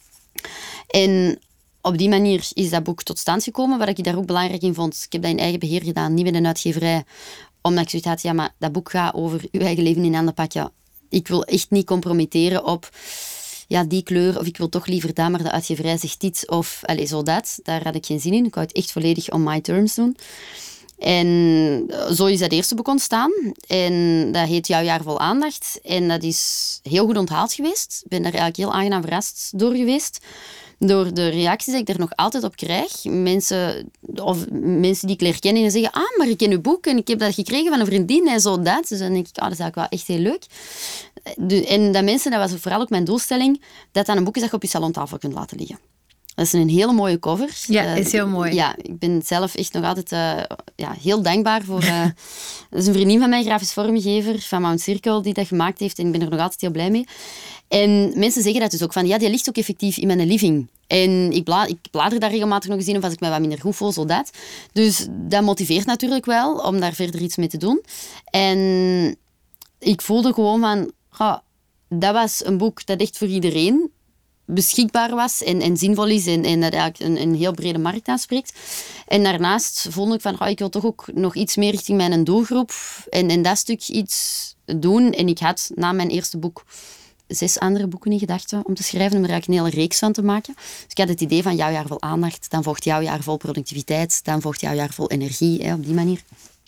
En op die manier is dat boek tot stand gekomen. Wat ik daar ook belangrijk in vond, ik heb dat in eigen beheer gedaan, niet met een uitgeverij. Omdat ik zoiets had, ja, maar dat boek gaat over uw eigen leven in handen pakken. Ik wil echt niet compromitteren op ja, die kleur, of ik wil toch liever dat, maar de uitgeverij zegt dit, of allez, zo dat. Daar had ik geen zin in. Ik wou het echt volledig on my terms doen. En zo is dat eerste boek ontstaan. En dat heet Jouw jaar vol aandacht. En dat is heel goed onthaald geweest. Ik ben daar eigenlijk heel aangenaam verrast door geweest. Door de reacties die ik er nog altijd op krijg. Mensen, of mensen die ik leer kennen en zeggen, ah, maar ik ken uw boek en ik heb dat gekregen van een vriendin en zo dat. Dus dan denk ik, ah, dat is eigenlijk wel echt heel leuk. De, en dat mensen, dat was vooral ook mijn doelstelling, dat dat een boek is dat je op je salontafel kunt laten liggen. Dat is een hele mooie cover. Ja, is heel mooi. Uh, ja, ik ben zelf echt nog altijd uh, ja, heel dankbaar voor... Uh, dat is een vriendin van mij, grafisch vormgever van Mount Circle, die dat gemaakt heeft. En ik ben er nog altijd heel blij mee. En mensen zeggen dat dus ook van, ja, die ligt ook effectief in mijn living. En ik, bla, ik blader daar regelmatig nog eens in, of als ik me wat minder goed voel, zo dat. Dus dat motiveert natuurlijk wel om daar verder iets mee te doen. En ik voelde gewoon van, oh, dat was een boek dat echt voor iedereen beschikbaar was en, en zinvol is en, en dat eigenlijk een, een heel brede markt aanspreekt. En daarnaast vond ik van, oh, ik wil toch ook nog iets meer richting mijn doelgroep en, en dat stuk iets doen. En ik had na mijn eerste boek zes andere boeken in gedachten om te schrijven, om er eigenlijk een hele reeks van te maken. Dus ik had het idee van Jouw jaar vol aandacht, dan volgt Jouw jaar vol productiviteit, dan volgt Jouw jaar vol energie, hè, op die manier.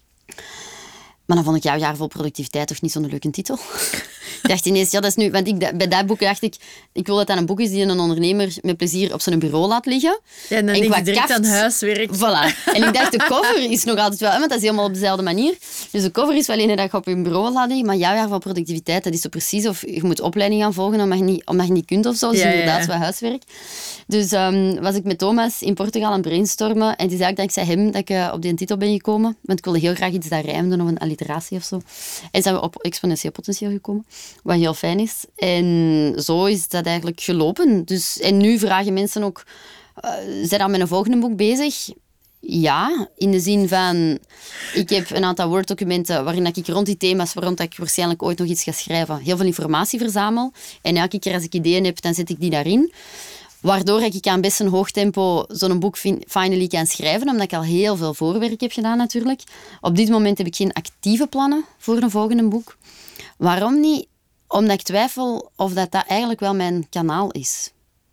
Maar dan vond ik Jouw jaar vol productiviteit toch niet zo'n leuke titel. Ik dacht ineens, ja, dat is nu... Want ik, bij dat boek dacht ik, ik wil dat dat een boek is die een ondernemer met plezier op zijn bureau laat liggen. Ja, en dan denk je direct kaft, aan huiswerk. Voilà. En ik dacht, de cover is nog altijd wel... Want dat is helemaal op dezelfde manier. Dus de cover is wel een dat je op je bureau laat liggen. Maar Jouw jaar vol productiviteit, dat is zo precies of je moet opleiding gaan volgen omdat je niet, omdat je niet kunt of zo. Dus ja, inderdaad, ja. Wel huiswerk. Dus um, was ik met Thomas in Portugal aan brainstormen. En het is eigenlijk dankzij hem dat ik uh, op die titel ben gekomen. Want ik wilde heel graag iets dat rijmde of een alliteratie of zo. En zijn we op exponentieel potentieel gekomen. Wat heel fijn is. En zo is dat eigenlijk gelopen. Dus, en nu vragen mensen ook... Uh, zijn al met een volgende boek bezig? Ja, in de zin van... Ik heb een aantal Word-documenten waarin ik rond die thema's, waarom ik waarschijnlijk ooit nog iets ga schrijven, heel veel informatie verzamel. En elke keer als ik ideeën heb, dan zet ik die daarin. Waardoor ik aan best een hoog tempo zo'n boek finally kan schrijven, omdat ik al heel veel voorwerk heb gedaan natuurlijk. Op dit moment heb ik geen actieve plannen voor een volgende boek. Waarom niet? Omdat ik twijfel of dat, dat eigenlijk wel mijn kanaal is.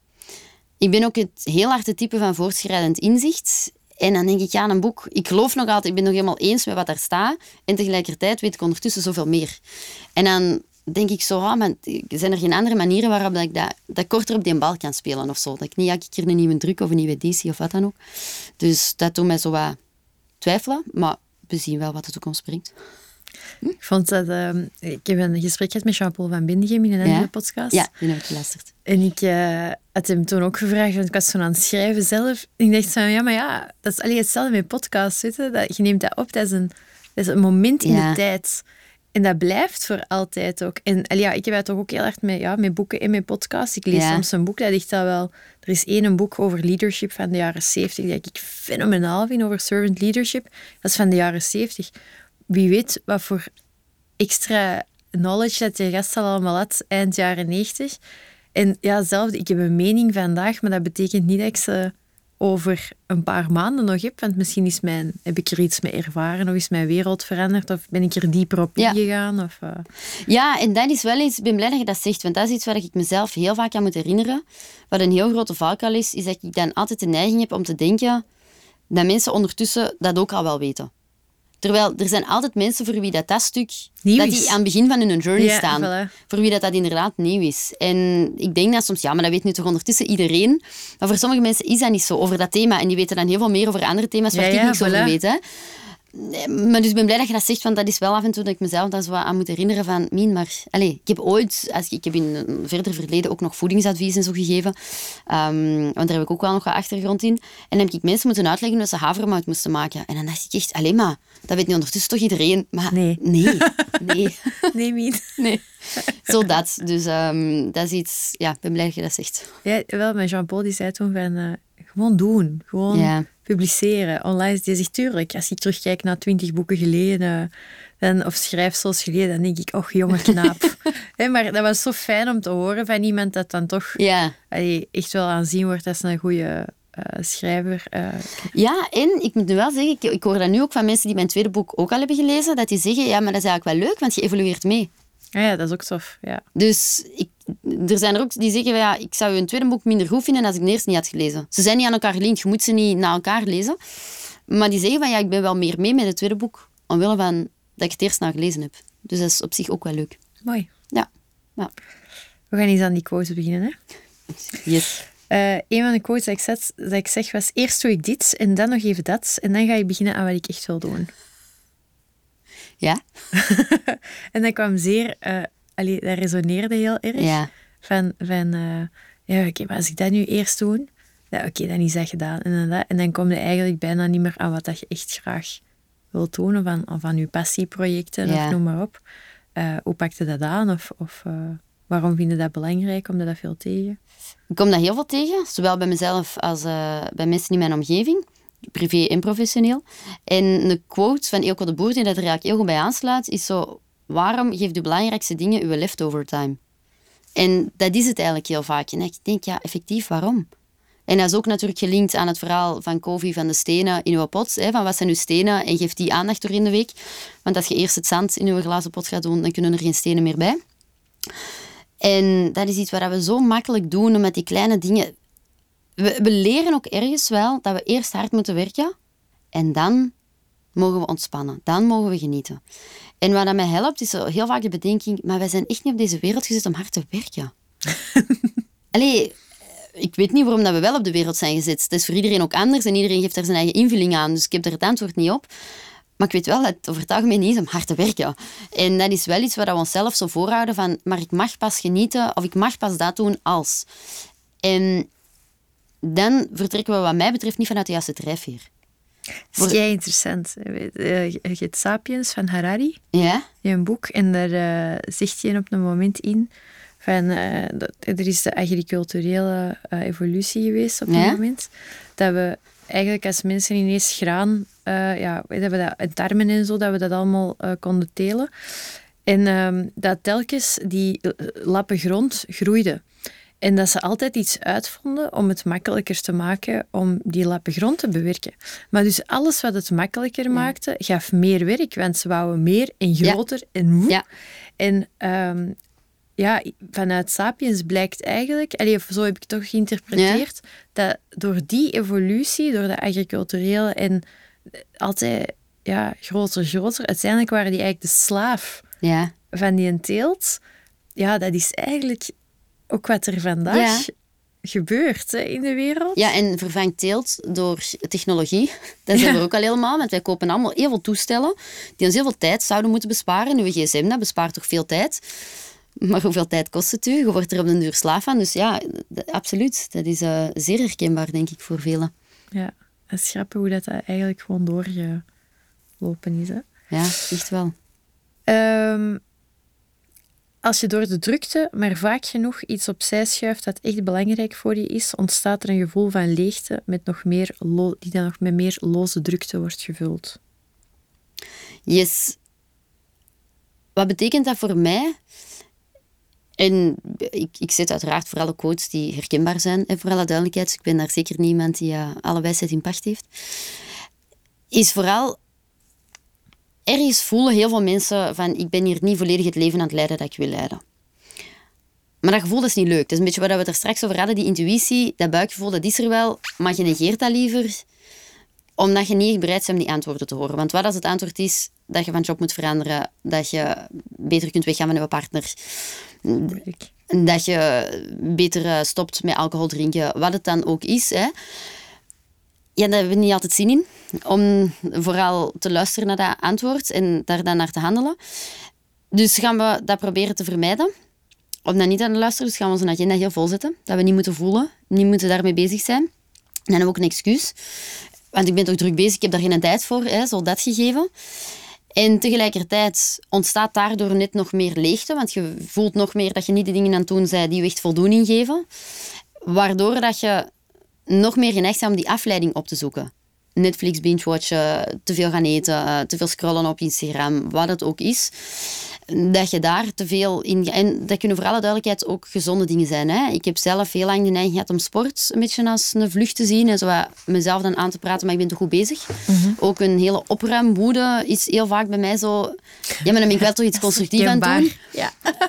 Ik ben ook het heel hard type van voortschrijdend inzicht. En dan denk ik, ja, een boek... Ik geloof nog altijd, ik ben nog helemaal eens met wat daar staat. En tegelijkertijd weet ik ondertussen zoveel meer. En dan denk ik zo, ah, maar zijn er geen andere manieren waarop dat ik dat, dat korter op die bal kan spelen of zo? Dat ik niet elke keer een nieuwe druk of een nieuwe editie of wat dan ook. Dus dat doet mij zo wat twijfelen. Maar we zien wel wat de toekomst brengt. Ik vond dat... Uh, ik heb een gesprek gehad met Jean-Paul van Bindegem in een andere ja? podcast. Ja, die heb ik geluisterd. En ik uh, had hem toen ook gevraagd, want ik was toen aan het schrijven zelf. En ik dacht van, ja, maar ja, dat is allee, hetzelfde met podcasts, weet je. Dat, je neemt dat op, dat is een, dat is een moment in ja. de tijd. En dat blijft voor altijd ook. En allee, ja, ik heb dat toch ook heel erg met, ja, met boeken en met podcasts. Ik lees ja. soms een boek, dat ligt al wel... Er is één boek over leadership van de jaren zeventig, dat ik fenomenaal vind, over servant leadership. Dat is van de jaren zeventig. Wie weet wat voor extra knowledge dat die gast al allemaal had eind jaren negentig. En ja, zelf, ik heb een mening vandaag, maar dat betekent niet dat ik ze over een paar maanden nog heb. Want misschien is mijn, heb ik er iets mee ervaren, of is mijn wereld veranderd, of ben ik er dieper op ja. ingegaan. Of, uh... Ja, en dat is wel iets... Ik ben blij dat je dat zegt, want dat is iets waar ik mezelf heel vaak aan moet herinneren. Wat een heel grote valkuil is, is dat ik dan altijd de neiging heb om te denken dat mensen ondertussen dat ook al wel weten. Terwijl er zijn altijd mensen voor wie dat, dat stuk... Nieuw dat is. die aan het begin van hun journey Ja, staan. voilà. Voor wie dat, dat inderdaad nieuw is. En ik denk dat soms... Ja, maar dat weet nu toch ondertussen iedereen. Maar voor sommige mensen is dat niet zo. Over dat thema. En die weten dan heel veel meer over andere thema's waar ja, ik ja, niks voilà. over weet. Hè. Maar dus ik ben blij dat je dat zegt, want dat is wel af en toe dat ik mezelf daar zo aan moet herinneren van... Mien, maar... Allez, ik heb ooit... Als ik, ik heb in een verder verleden ook nog voedingsadvies en zo gegeven. Um, want daar heb ik ook wel nog wat achtergrond in. En dan heb ik mensen moeten uitleggen dat ze havermout moesten maken. En dan dacht ik echt, alleen maar... Dat weet nu ondertussen toch iedereen? Maar nee. Nee. Nee. Nee, Mien. Nee. Zo dat. Dus um, dat is iets... Ja, ik ben blij dat je dat zegt. Ja, wel, maar Jean-Paul die zei toen van... Uh, gewoon doen. Gewoon... Ja. publiceren. Online die zegt, tuurlijk, als ik terugkijk naar twintig boeken geleden dan, of schrijfsels geleden, dan denk ik, och, jonge knaap. He, maar dat was zo fijn om te horen van iemand dat dan toch ja. allee, echt wel aanzien wordt als een goede uh, schrijver. Uh. Ja, en ik moet nu wel zeggen, ik, ik hoor dat nu ook van mensen die mijn tweede boek ook al hebben gelezen, dat die zeggen, ja, maar dat is eigenlijk wel leuk, want je evolueert mee. Ja, ja, dat is ook tof, ja. Dus ik, er zijn er ook die zeggen, ja, ik zou een tweede boek minder goed vinden als ik de eerste niet had gelezen. Ze zijn niet aan elkaar gelinkt, je moet ze niet na elkaar lezen. Maar die zeggen van, ja, ik ben wel meer mee met het tweede boek, omwille van dat ik het eerst na gelezen heb. Dus dat is op zich ook wel leuk. Mooi. Ja. ja. We gaan eens aan die quotes beginnen, hè? Yes. Uh, een van de quotes dat ik, zet, dat ik zeg was, eerst doe ik dit en dan nog even dat. En dan ga ik beginnen aan wat ik echt wil doen. Ja. En dat kwam zeer... Uh, allee, dat resoneerde heel erg. Ja. Van, van uh, ja, oké, okay, maar als ik dat nu eerst doe, ja, oké, okay, dan is dat gedaan. En dan, dat, en dan kom je eigenlijk bijna niet meer aan wat dat je echt graag wilt doen, of aan, of aan je passieprojecten, ja. of noem maar op. Uh, hoe pak je dat aan? Of, of uh, waarom vind je dat belangrijk? Kom je dat veel tegen? Ik kom dat heel veel tegen, zowel bij mezelf als uh, bij mensen in mijn omgeving. Privé en professioneel. En een quote van Eelco de Boer, die dat er eigenlijk heel goed bij aansluit, is zo... Waarom geeft de belangrijkste dingen uw leftover time? En dat is het eigenlijk heel vaak. En ik denk, ja, effectief, waarom? En dat is ook natuurlijk gelinkt aan het verhaal van Covey van de stenen in uw pot. Hè, van wat zijn uw stenen? En geef die aandacht door in de week. Want als je eerst het zand in uw glazen pot gaat doen, dan kunnen er geen stenen meer bij. En dat is iets wat we zo makkelijk doen, met die kleine dingen... We, we leren ook ergens wel dat we eerst hard moeten werken en dan mogen we ontspannen. Dan mogen we genieten. En wat dat mij helpt, is zo heel vaak de bedenking, maar wij zijn echt niet op deze wereld gezet om hard te werken. Allee, ik weet niet waarom dat we wel op de wereld zijn gezet. Dat is voor iedereen ook anders en iedereen geeft daar zijn eigen invulling aan. Dus ik heb er het antwoord niet op. Maar ik weet wel dat het over het algemeen niet is om hard te werken. En dat is wel iets waar we onszelf zo voorhouden van, maar ik mag pas genieten of ik mag pas dat doen als. En dan vertrekken we wat mij betreft niet vanuit de juiste drijfveer. Dat is jij interessant. Je hebt Sapiens van Harari, ja? een boek, en daar uh, zegt hij op een moment in van, uh, dat, er is de agriculturele uh, evolutie geweest op een ja? moment, dat we eigenlijk als mensen ineens graan, uh, ja, dat we dat, en tarmen en zo, dat we dat allemaal uh, konden telen. En um, dat telkens die lappen grond groeiden. En dat ze altijd iets uitvonden om het makkelijker te maken om die lappen grond te bewerken. Maar dus alles wat het makkelijker ja. maakte, gaf meer werk. Want ze wouden meer en groter ja. en woe. Ja. En um, ja, vanuit Sapiens blijkt eigenlijk, allee, zo heb ik toch geïnterpreteerd, ja. dat door die evolutie, door de agriculturele en altijd ja, groter, groter, uiteindelijk waren die eigenlijk de slaaf ja. van die teelt. Ja, dat is eigenlijk ook wat er vandaag ja. gebeurt hè, in de wereld. Ja, en vervangt teelt door technologie. Dat zijn ja. we ook al helemaal, want wij kopen allemaal heel veel toestellen die ons heel veel tijd zouden moeten besparen. Nu, een gsm, dat bespaart toch veel tijd. Maar hoeveel tijd kost het u? Je wordt er op den duur slaaf van. Dus ja, d- absoluut. Dat is uh, zeer herkenbaar, denk ik, voor velen. Ja, het is grappig hoe dat eigenlijk gewoon doorgelopen is. Hè? Ja, echt wel. Um, als je door de drukte maar vaak genoeg iets opzij schuift dat echt belangrijk voor je is, ontstaat er een gevoel van leegte met nog meer lo- die dan nog met meer loze drukte wordt gevuld. Yes. Wat betekent dat voor mij? En ik, ik zet uiteraard voor alle quotes die herkenbaar zijn, en voor alle duidelijkheid, dus ik ben daar zeker niemand die uh, alle wijsheid in pacht heeft, is vooral ergens voelen heel veel mensen van ik ben hier niet volledig het leven aan het leiden dat ik wil leiden. Maar dat gevoel dat is niet leuk. Dat is een beetje wat we het er straks over hadden, die intuïtie, dat buikgevoel, dat is er wel, maar je negeert dat liever omdat je niet bereid bent om die antwoorden te horen. Want wat als het antwoord is dat je van job moet veranderen, dat je beter kunt weggaan van je partner, dat je beter stopt met alcohol drinken, wat het dan ook is. Hè. Ja, daar hebben we niet altijd zin in. Om vooral te luisteren naar dat antwoord en daar dan naar te handelen. Dus gaan we dat proberen te vermijden. Om dan niet aan te luisteren, dus gaan we onze agenda heel vol zetten. Dat we niet moeten voelen, niet moeten daarmee bezig zijn. En dan hebben we ook een excuus. Want ik ben toch druk bezig, ik heb daar geen tijd voor, hè, zo dat gegeven. En tegelijkertijd ontstaat daardoor net nog meer leegte, want je voelt nog meer dat je niet de dingen aan het doen bent die je echt voldoening geven. Waardoor dat je nog meer geneigd bent om die afleiding op te zoeken. Netflix binge-watchen, te veel gaan eten, te veel scrollen op Instagram, wat het ook is. Dat je daar te veel in... En dat kunnen voor alle duidelijkheid ook gezonde dingen zijn. Hè? Ik heb zelf heel lang de neiging gehad om sport een beetje als een vlucht te zien. En zo mezelf dan aan te praten, maar ik ben toch goed bezig. Mm-hmm. Ook een hele opruimwoede is heel vaak bij mij zo... Ja, maar dan ben ik wel toch iets constructiefs aan het doen. Ja.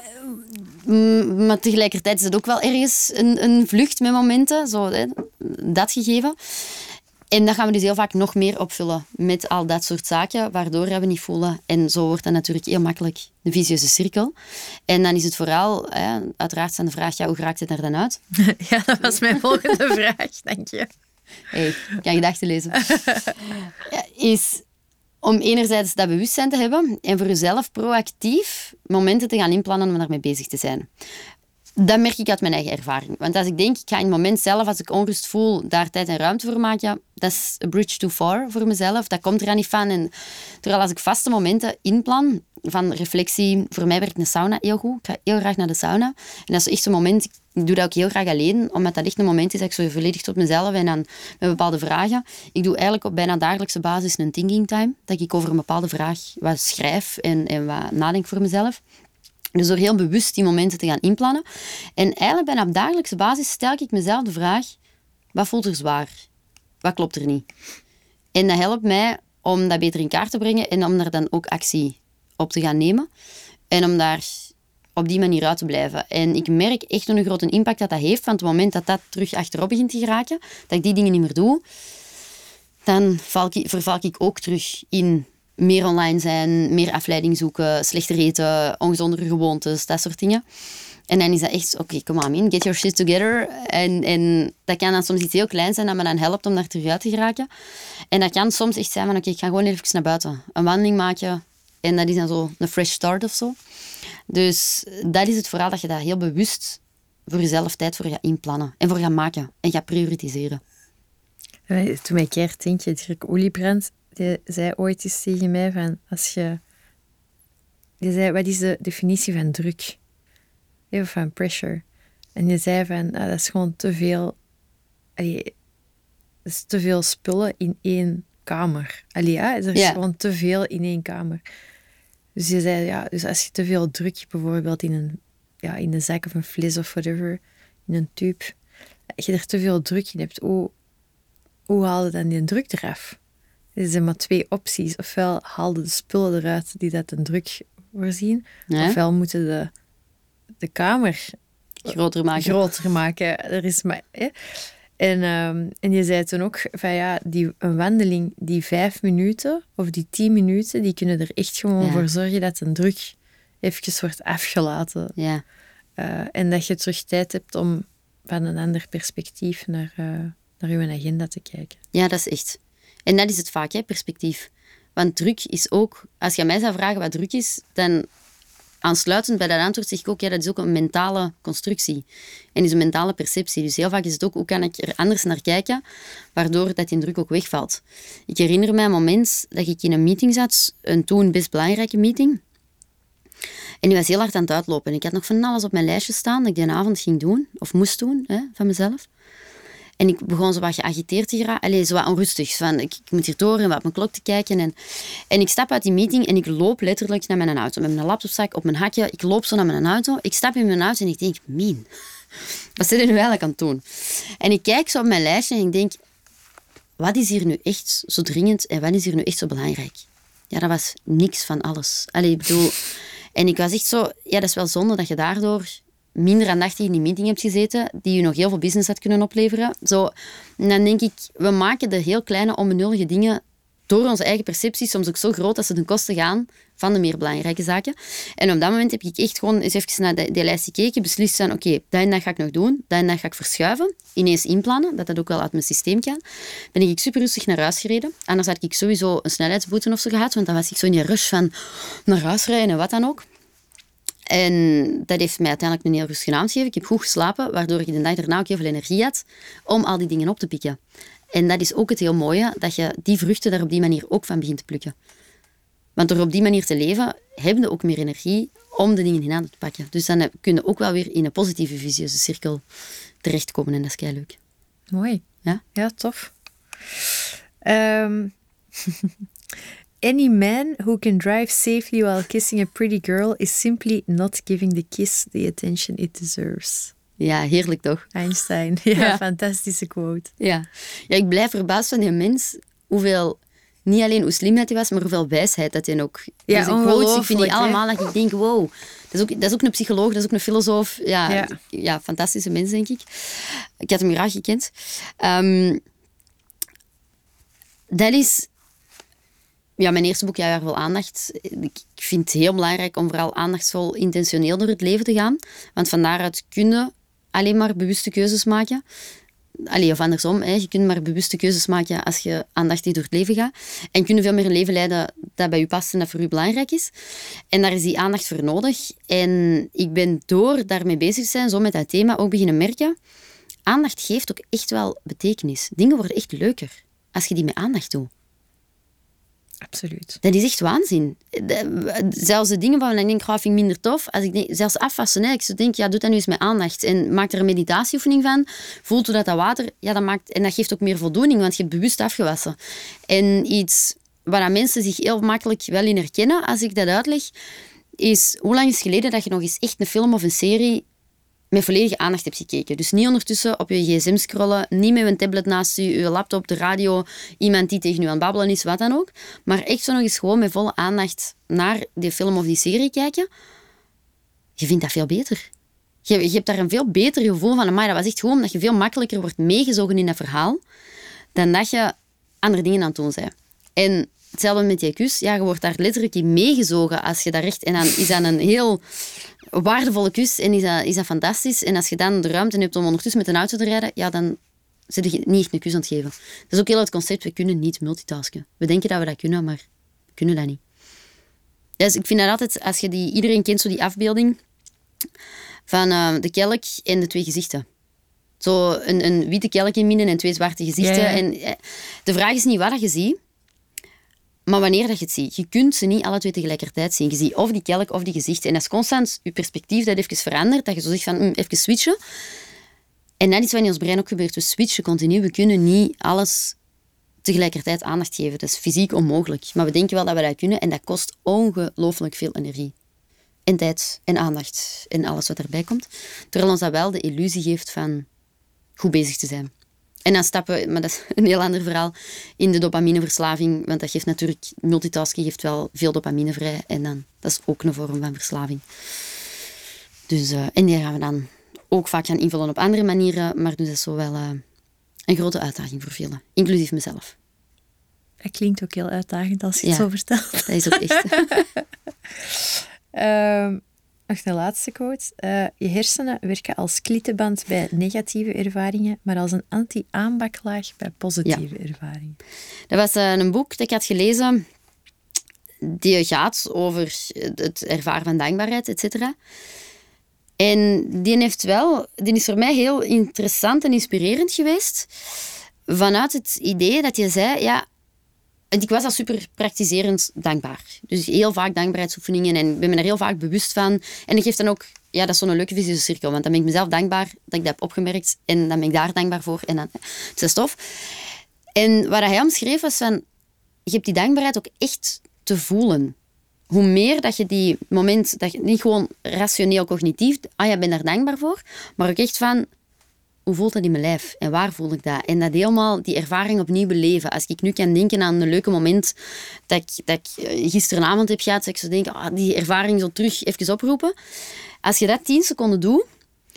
Maar tegelijkertijd is het ook wel ergens een, een vlucht met momenten. Zo, hè? Dat gegeven. En dat gaan we dus heel vaak nog meer opvullen met al dat soort zaken, waardoor we niet voelen. En zo wordt dat natuurlijk heel makkelijk een vicieuze cirkel. En dan is het vooral, hè, uiteraard aan de vraag, ja, hoe raakt het er dan uit? Ja, dat was mijn volgende vraag, dank je. Hey, ik kan gedachten lezen. Ja, is om enerzijds dat bewustzijn te hebben en voor jezelf proactief momenten te gaan inplannen om daarmee bezig te zijn. Dat merk ik uit mijn eigen ervaring. Want als ik denk, ik ga in het moment zelf, als ik onrust voel, daar tijd en ruimte voor maken, dat is a bridge too far voor mezelf. Dat komt er aan niet van. En terwijl als ik vaste momenten inplan van reflectie, voor mij werkt een sauna heel goed. Ik ga heel graag naar de sauna. En dat is echt zo'n moment, ik doe dat ook heel graag alleen, omdat dat echt een moment is dat ik zo volledig tot mezelf en dan met bepaalde vragen. Ik doe eigenlijk op bijna dagelijkse basis een thinking time, dat ik over een bepaalde vraag wat schrijf en, en wat nadenk voor mezelf. Dus door heel bewust die momenten te gaan inplannen. En eigenlijk bijna op dagelijkse basis stel ik mezelf de vraag, wat voelt er zwaar? Wat klopt er niet? En dat helpt mij om dat beter in kaart te brengen en om daar dan ook actie op te gaan nemen. En om daar op die manier uit te blijven. En ik merk echt een grote impact dat dat heeft. Van het moment dat dat terug achterop begint te geraken, dat ik die dingen niet meer doe, dan val ik, verval ik ook terug in meer online zijn, meer afleiding zoeken, slechter eten, ongezondere gewoontes, dat soort dingen. En dan is dat echt, oké, okay, come on man, get your shit together. En, en dat kan dan soms iets heel kleins zijn dat me dan helpt om daar terug uit te geraken. En dat kan soms echt zijn van, oké, okay, ik ga gewoon even naar buiten. Een wandeling maken. En dat is dan zo een fresh start of zo. Dus dat is het vooral, dat je daar heel bewust voor jezelf tijd voor gaat inplannen. En voor gaat maken. En gaat prioritiseren. Toen ik keer denk je, Dirk Oliebrand, die zei ooit eens tegen mij van, als je... Die zei, wat is de definitie van druk? Of van pressure. En die zei van, ah, dat is gewoon te veel... Allee, is te veel spullen in één kamer. Allee, ja, er is Ja. gewoon te veel in één kamer. Dus je zei, ja, dus als je te veel druk bijvoorbeeld in een, ja, in een zak of een fles of whatever, in een tube, als je er te veel druk in hebt, hoe, hoe haal je dan die druk eraf? Er zijn maar twee opties. Ofwel haal je de spullen eruit die dat een druk voorzien, Ja. ofwel moeten de, de kamer Groter maken. groter maken. Er is maar, hè? En, um, en je zei toen ook van ja, die, een wandeling, die vijf minuten of die tien minuten, die kunnen er echt gewoon Ja. voor zorgen dat een druk even wordt afgelaten. Ja. Uh, en dat je terug tijd hebt om van een ander perspectief naar, uh, naar je agenda te kijken. ja, dat is echt. En dat is het vaak, hè, perspectief. Want druk is ook... Als je aan mij zou vragen wat druk is, dan aansluitend bij dat antwoord zeg ik ook, ja, dat is ook een mentale constructie. En is een mentale perceptie. Dus heel vaak is het ook, hoe kan ik er anders naar kijken, waardoor dat die druk ook wegvalt. Ik herinner mij een moment dat ik in een meeting zat, een toen best belangrijke meeting. En die was heel hard aan het uitlopen. En ik had nog van alles op mijn lijstje staan dat ik die avond ging doen, of moest doen, hè, van mezelf. En ik begon zo wat geagiteerd te geraken. Allee, zo wat onrustig. Van, ik, ik moet hier door en wat op mijn klok te kijken. En, en ik stap uit die meeting en ik loop letterlijk naar mijn auto. Met mijn laptopzak op mijn hakje. Ik loop zo naar mijn auto. Ik stap in mijn auto en ik denk, min, wat zit er nu eigenlijk aan het doen? En ik kijk zo op mijn lijstje en ik denk, wat is hier nu echt zo dringend en wat is hier nu echt zo belangrijk? Ja, dat was niks van alles. Allee, ik bedoel... En ik was echt zo... Ja, dat is wel zonde dat je daardoor minder aandachtig in die meeting hebt gezeten, die je nog heel veel business had kunnen opleveren. Zo, en dan denk ik, we maken de heel kleine, onbenullige dingen door onze eigen perceptie soms ook zo groot dat ze ten koste gaan van de meer belangrijke zaken. En op dat moment heb ik echt gewoon eens even naar die, die lijst gekeken, beslist van, oké, okay, dat en dat ga ik nog doen, dat en dat ga ik verschuiven, ineens inplannen, dat dat ook wel uit mijn systeem kan. Ben ik super rustig naar huis gereden. Anders had ik sowieso een snelheidsboete of zo gehad, want dan was ik zo in die rush van naar huis rijden en wat dan ook. En dat heeft mij uiteindelijk een heel rustige avond gegeven. Ik heb goed geslapen, waardoor ik de dag daarna ook heel veel energie had om al die dingen op te pikken. En dat is ook het heel mooie, dat je die vruchten daar op die manier ook van begint te plukken. Want door op die manier te leven, heb je ook meer energie om de dingen in handen te pakken. Dus dan kun je ook wel weer in een positieve visieuze cirkel terechtkomen en dat is keileuk. Mooi. Ja? Ja, tof. Um, any man who can drive safely while kissing a pretty girl is simply not giving the kiss the attention it deserves. Ja, heerlijk toch? Einstein. Ja, ja. Fantastische quote. Ja. Ja, ik blijf verbaasd van die mens, hoeveel... Niet alleen hoe slim dat hij was, maar hoeveel wijsheid dat hij ook... Ja, dus quotes, ik vind die allemaal dat ik denk, wow, dat is, ook, dat is ook een psycholoog, dat is ook een filosoof. Ja, ja. ja fantastische mens, denk ik. Ik had hem graag gekend. Um, dat is... Ja, mijn eerste boek, ja, daar veel aandacht. Ik vind het heel belangrijk om vooral aandachtsvol, intentioneel door het leven te gaan. Want van daaruit kun je alleen maar bewuste keuzes maken. Allee, of andersom, hè. Je kunt maar bewuste keuzes maken als je aandachtig door het leven gaat. En kun je veel meer een leven leiden dat bij je past en dat voor je belangrijk is. En daar is die aandacht voor nodig. En ik ben door daarmee bezig te zijn, zo met dat thema, ook beginnen merken. Aandacht geeft ook echt wel betekenis. Dingen worden echt leuker als je die met aandacht doet. Absoluut. Dat is echt waanzin. Zelfs de dingen waarvan ik denk, oh, vind ik minder tof. Als ik denk, zelfs afwassen, hè. Ik denk, ja, doe dat nu eens met aandacht. En maak er een meditatieoefening van. Voelt hoe dat, dat water... Ja, dat maakt, en dat geeft ook meer voldoening, want je hebt bewust afgewassen. En iets waar mensen zich heel makkelijk wel in herkennen, als ik dat uitleg, is hoe lang is het geleden dat je nog eens echt een film of een serie met volledige aandacht hebt gekeken. Dus niet ondertussen op je gsm scrollen, niet met een tablet naast je, je laptop, de radio, iemand die tegen je aan het babbelen is, wat dan ook. Maar echt zo nog eens gewoon met volle aandacht naar die film of die serie kijken. Je vindt dat veel beter. Je, je hebt daar een veel beter gevoel van. Maar dat was echt gewoon dat je veel makkelijker wordt meegezogen in dat verhaal dan dat je andere dingen aan het doen bent. En hetzelfde met die kus. Ja, je wordt daar letterlijk in meegezogen als je daar echt... En dan is dat een heel waardevolle kus en is dat, is dat fantastisch. En als je dan de ruimte hebt om ondertussen met een auto te rijden, ja, dan zit je niet echt een kus aan het geven. Dat is ook heel het concept, we kunnen niet multitasken. We denken dat we dat kunnen, maar we kunnen dat niet. Dus ik vind dat altijd, als je die... Iedereen kent zo die afbeelding van uh, de kelk en de twee gezichten. Zo een, een witte kelk in het midden en twee zwarte gezichten. Ja, ja. En, uh, de vraag is niet wat je ziet, maar wanneer dat je het ziet. Je kunt ze niet alle twee tegelijkertijd zien. Je ziet of die kelk of die gezichten. En dat is constant je perspectief dat even verandert. Dat je zo zegt van, mm, even switchen. En En dat is wat in ons brein ook gebeurt. We switchen continu. We kunnen niet alles tegelijkertijd aandacht geven. Dat is fysiek onmogelijk. Maar we denken wel dat we dat kunnen. En dat kost ongelooflijk veel energie. En tijd en aandacht en alles wat erbij komt. Terwijl ons dat wel de illusie geeft van goed bezig te zijn. En dan stappen, maar dat is een heel ander verhaal, in de dopamineverslaving. Want dat geeft natuurlijk, multitasking geeft wel veel dopamine vrij. En dan, dat is ook een vorm van verslaving. Dus, uh, en die gaan we dan ook vaak gaan invullen op andere manieren. Maar dus dat is zo wel uh, een grote uitdaging voor velen. Inclusief mezelf. Dat klinkt ook heel uitdagend als je ja, het zo vertelt. Dat is ook echt. uh, nog een laatste quote. Uh, je hersenen werken als klittenband bij negatieve ervaringen, maar als een anti-aanbaklaag bij positieve ja. ervaringen. Dat was uh, een boek dat ik had gelezen die gaat over het ervaren van dankbaarheid, et cetera. En die, heeft wel, die is voor mij heel interessant en inspirerend geweest. Vanuit het idee dat je zei, ja, ik was al super praktiserend dankbaar. Dus heel vaak dankbaarheidsoefeningen en ik ben me daar heel vaak bewust van. En ik geef dan ook, ja, dat is zo'n leuke vicieuze cirkel, want dan ben ik mezelf dankbaar dat ik dat heb opgemerkt en dan ben ik daar dankbaar voor en dan, het is tof. En wat hij omschreef was van, je hebt die dankbaarheid ook echt te voelen. Hoe meer dat je die moment, dat je niet gewoon rationeel cognitief, ah ja, ik ben daar dankbaar voor, maar ook echt van, hoe voelt dat in mijn lijf? En waar voel ik dat? En dat helemaal die ervaring opnieuw beleven. Als ik nu kan denken aan een leuke moment dat ik, dat ik gisteravond heb gehad, dat ik zo denk, ah, die ervaring zo terug even oproepen. Als je dat tien seconden doet,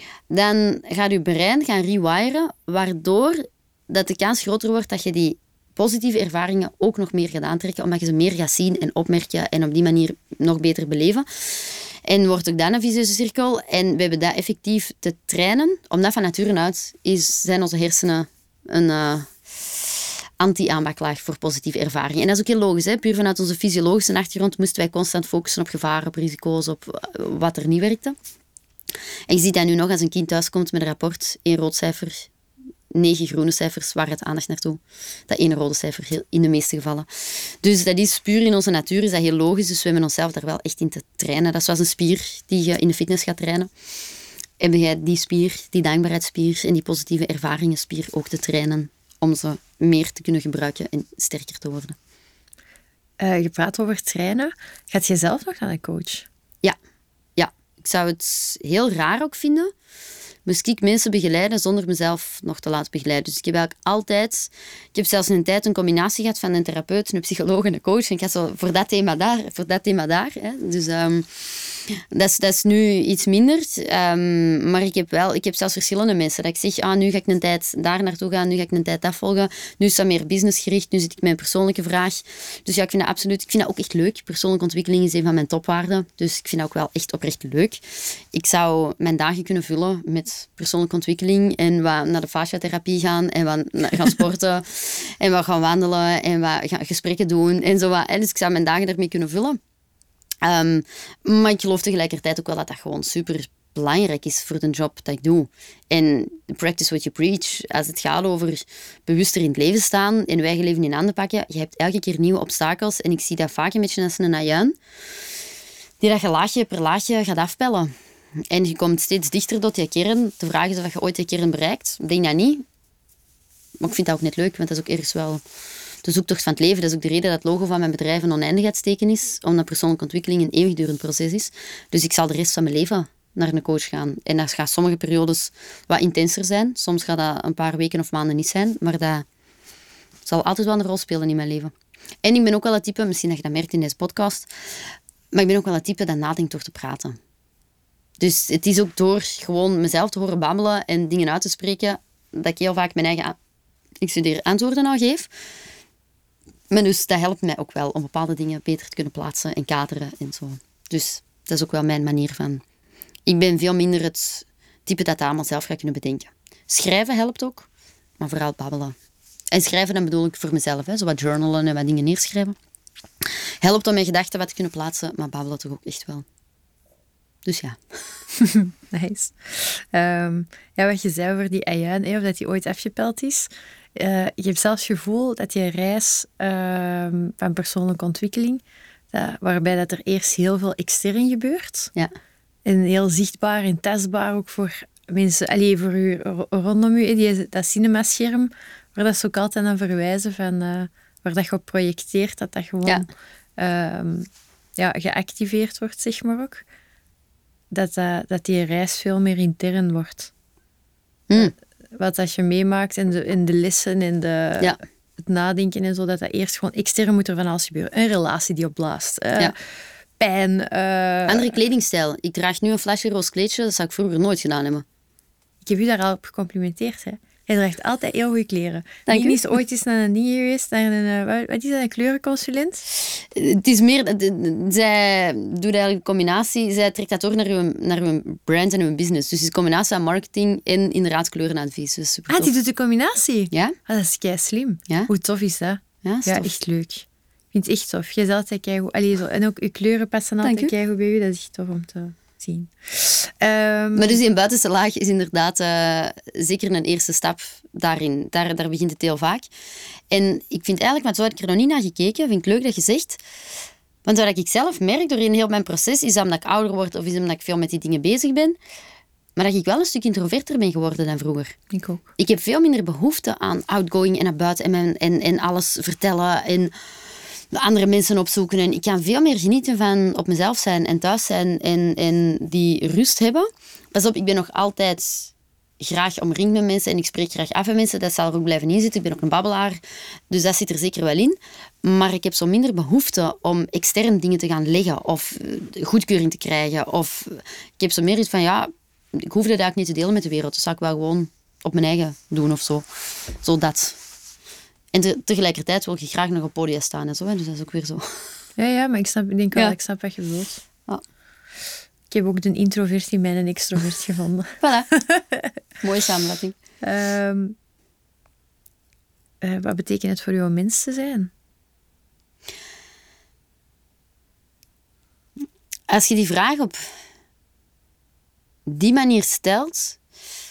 dan gaat je brein gaan rewiren, waardoor dat de kans groter wordt dat je die positieve ervaringen ook nog meer gaat aantrekken, omdat je ze meer gaat zien en opmerken en op die manier nog beter beleven. En wordt ook dat een vicieuze cirkel. En we hebben dat effectief te trainen. Omdat van nature uit is, zijn onze hersenen een uh, anti-aanbaklaag voor positieve ervaringen. En dat is ook heel logisch. Hè? Puur vanuit onze fysiologische achtergrond moesten wij constant focussen op gevaren, op risico's, op wat er niet werkte. En je ziet dat nu nog als een kind thuiskomt met een rapport, één rood cijfer, negen groene cijfers, waar gaat aandacht naartoe? Dat ene rode cijfer in de meeste gevallen. Dus dat is puur in onze natuur, is dat heel logisch. Dus we hebben onszelf daar wel echt in te trainen. Dat is zoals een spier die je in de fitness gaat trainen. Heb jij die spier, die dankbaarheidsspier en die positieve ervaringenspier ook te trainen om ze meer te kunnen gebruiken en sterker te worden. Uh, je praat over trainen. Gaat je zelf nog naar een coach? Ja. ja. Ik zou het heel raar ook vinden moest ik mensen begeleiden zonder mezelf nog te laten begeleiden. Dus ik heb eigenlijk altijd... Ik heb zelfs een tijd een combinatie gehad van een therapeut, een psycholoog en een coach. En ik had zo voor dat thema daar, voor dat thema daar. Hè. Dus um, dat, is, dat is nu iets minder. Um, maar ik heb wel... Ik heb zelfs verschillende mensen. Dat ik zeg, ah, nu ga ik een tijd daar naartoe gaan, nu ga ik een tijd dat volgen. Nu is dat meer businessgericht, nu zit ik met een persoonlijke vraag. Dus ja, ik vind dat absoluut... Ik vind dat ook echt leuk. Persoonlijke ontwikkeling is een van mijn topwaarden. Dus ik vind dat ook wel echt oprecht leuk. Ik zou mijn dagen kunnen vullen met persoonlijke ontwikkeling en wat naar de fasciatherapie gaan en wat gaan sporten en wat gaan wandelen en wat gaan gesprekken doen en zo wat. Dus ik zou mijn dagen daarmee kunnen vullen. Um, maar ik geloof tegelijkertijd ook wel dat dat gewoon super belangrijk is voor de job dat ik doe. En practice what you preach. Als het gaat over bewuster in het leven staan en je eigen leven in handen pakken, je hebt elke keer nieuwe obstakels en ik zie dat vaak een beetje als een ajuin die dat je laagje per laagje gaat afpellen. En je komt steeds dichter tot je kern. De vraag is of je ooit je kern bereikt. Ik denk dat niet. Maar ik vind dat ook net leuk, want dat is ook ergens wel de zoektocht van het leven. Dat is ook de reden dat het logo van mijn bedrijf een oneindigheidsteken is. Omdat persoonlijke ontwikkeling een eeuwigdurend proces is. Dus ik zal de rest van mijn leven naar een coach gaan. En dat gaat sommige periodes wat intenser zijn. Soms gaat dat een paar weken of maanden niet zijn. Maar dat zal altijd wel een rol spelen in mijn leven. En ik ben ook wel het type, misschien dat je dat merkt in deze podcast, maar ik ben ook wel het type dat nadenkt door te praten. Dus het is ook door gewoon mezelf te horen babbelen en dingen uit te spreken, dat ik heel vaak mijn eigen ik studeer antwoorden al geef. Maar dus dat helpt mij ook wel om bepaalde dingen beter te kunnen plaatsen en kaderen en zo. Dus dat is ook wel mijn manier van... Ik ben veel minder het type dat dat allemaal zelf gaat kunnen bedenken. Schrijven helpt ook, maar vooral babbelen. En schrijven, dan bedoel ik voor mezelf, hè, zo wat journalen en wat dingen neerschrijven. Helpt om mijn gedachten wat te kunnen plaatsen, maar babbelen toch ook echt wel. Dus ja. Nice. Um, ja, wat je zei over die ajuin, of dat die ooit afgepeld is. Uh, je hebt zelfs het gevoel dat je reis uh, van persoonlijke ontwikkeling, dat, waarbij dat er eerst heel veel extern gebeurt. Ja. En heel zichtbaar en tastbaar ook voor mensen, allee, voor u ro- rondom u, die, dat cinemascherm, waar dat ze ook altijd aan verwijzen van uh, waar dat je op projecteert, dat dat gewoon ja. Um, ja, geactiveerd wordt, zeg maar ook. Dat, uh, dat die reis veel meer intern wordt. Mm. Wat dat je meemaakt in de, in de lessen, in de, ja. het nadenken en zo, dat dat eerst gewoon extern moet er van alles gebeuren. Een relatie die opblaast. Uh, ja. Pijn. Uh... Andere kledingstijl. Ik draag nu een flashy roze kleedje, dat zou ik vroeger nooit gedaan hebben. Ik heb u daar al op gecomplimenteerd, hè. Hij draagt altijd heel goede kleren. Dank Die is ooit eens naar een ding geweest, naar een, uh, wat is dat, een kleurenconsulent? Het is meer, zij doet eigenlijk een combinatie, zij trekt dat door naar uw, naar uw brand en uw business. Dus het is een combinatie van marketing en inderdaad kleurenadvies. Dus super ah, die doet de combinatie? Ja. Ah, dat is kei slim. Ja? Hoe tof is dat? Ja, is ja tof. Echt leuk. Ik vind het echt tof. Je zult altijd keigoed. Allee, zo. En ook je kleuren passen altijd keigoed bij u. Dat is echt tof om te zien. Um, maar dus die buitenste laag is inderdaad uh, zeker een eerste stap daarin. Daar, daar begint het heel vaak. En ik vind eigenlijk, want zo had ik er nog niet naar gekeken, vind ik leuk dat je zegt. Want wat ik zelf merk door in heel mijn proces, is dat omdat ik ouder word of is omdat ik veel met die dingen bezig ben, maar dat ik wel een stuk introverter ben geworden dan vroeger. Ik ook. Ik heb veel minder behoefte aan outgoing en naar buiten en, mijn, en, en alles vertellen en andere mensen opzoeken. En ik kan veel meer genieten van op mezelf zijn en thuis zijn en, en die rust hebben. Pas op, ik ben nog altijd graag omringd met mensen en ik spreek graag af met mensen. Dat zal er ook blijven inzitten. Ik ben ook een babbelaar, dus dat zit er zeker wel in. Maar ik heb zo minder behoefte om extern dingen te gaan leggen of goedkeuring te krijgen. Of ik heb zo meer iets van, ja, ik hoef dat eigenlijk niet te delen met de wereld. Dat zou ik wel gewoon op mijn eigen doen of zo. Zo dat. En te, tegelijkertijd wil ik graag nog op podium staan en zo, hè, dus dat is ook weer zo. Ja, ja, maar ik, snap, ik denk wel, ja. ik snap wat je bedoelt. Ja. Ik heb ook de introvert in mij een extrovert gevonden. Voilà. Mooie samenvatting. Um, uh, wat betekent het voor jou om mens te zijn? Als je die vraag op die manier stelt,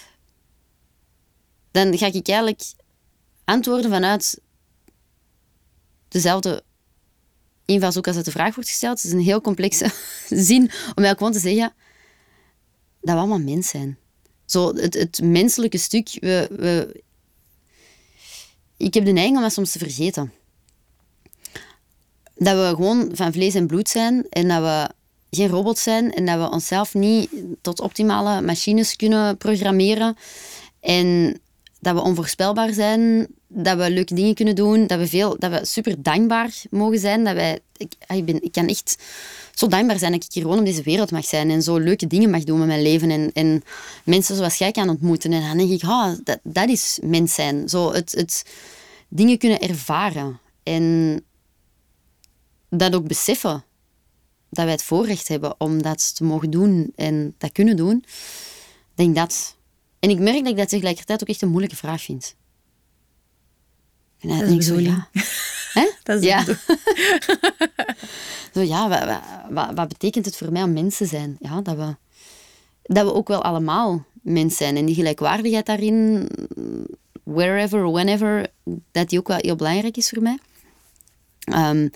dan ga ik eigenlijk antwoorden vanuit dezelfde invalshoek als dat de vraag wordt gesteld. Het is een heel complexe zin om eigenlijk gewoon te zeggen dat we allemaal mens zijn. Zo, het, het menselijke stuk. We, we, ik heb de neiging om dat soms te vergeten. Dat we gewoon van vlees en bloed zijn en dat we geen robots zijn en dat we onszelf niet tot optimale machines kunnen programmeren en dat we onvoorspelbaar zijn, dat we leuke dingen kunnen doen, dat we, veel, dat we super dankbaar mogen zijn. Dat wij, ik, ik, ben, ik kan echt zo dankbaar zijn dat ik hier gewoon op deze wereld mag zijn en zo leuke dingen mag doen met mijn leven en, en mensen zoals jij kan ontmoeten. En dan denk ik, oh, dat, dat is mens zijn. Zo het, het dingen kunnen ervaren en dat ook beseffen dat wij het voorrecht hebben om dat te mogen doen en dat kunnen doen. Ik denk dat... En ik merk dat ik dat tegelijkertijd ook echt een moeilijke vraag vind. En dat, dat is de bedoeling. Hè? Dat is ja. de Zo, ja, wat, wat, wat, wat betekent het voor mij om mens te zijn? Ja, dat we, dat we ook wel allemaal mens zijn. En die gelijkwaardigheid daarin, wherever, whenever, dat die ook wel heel belangrijk is voor mij. Um,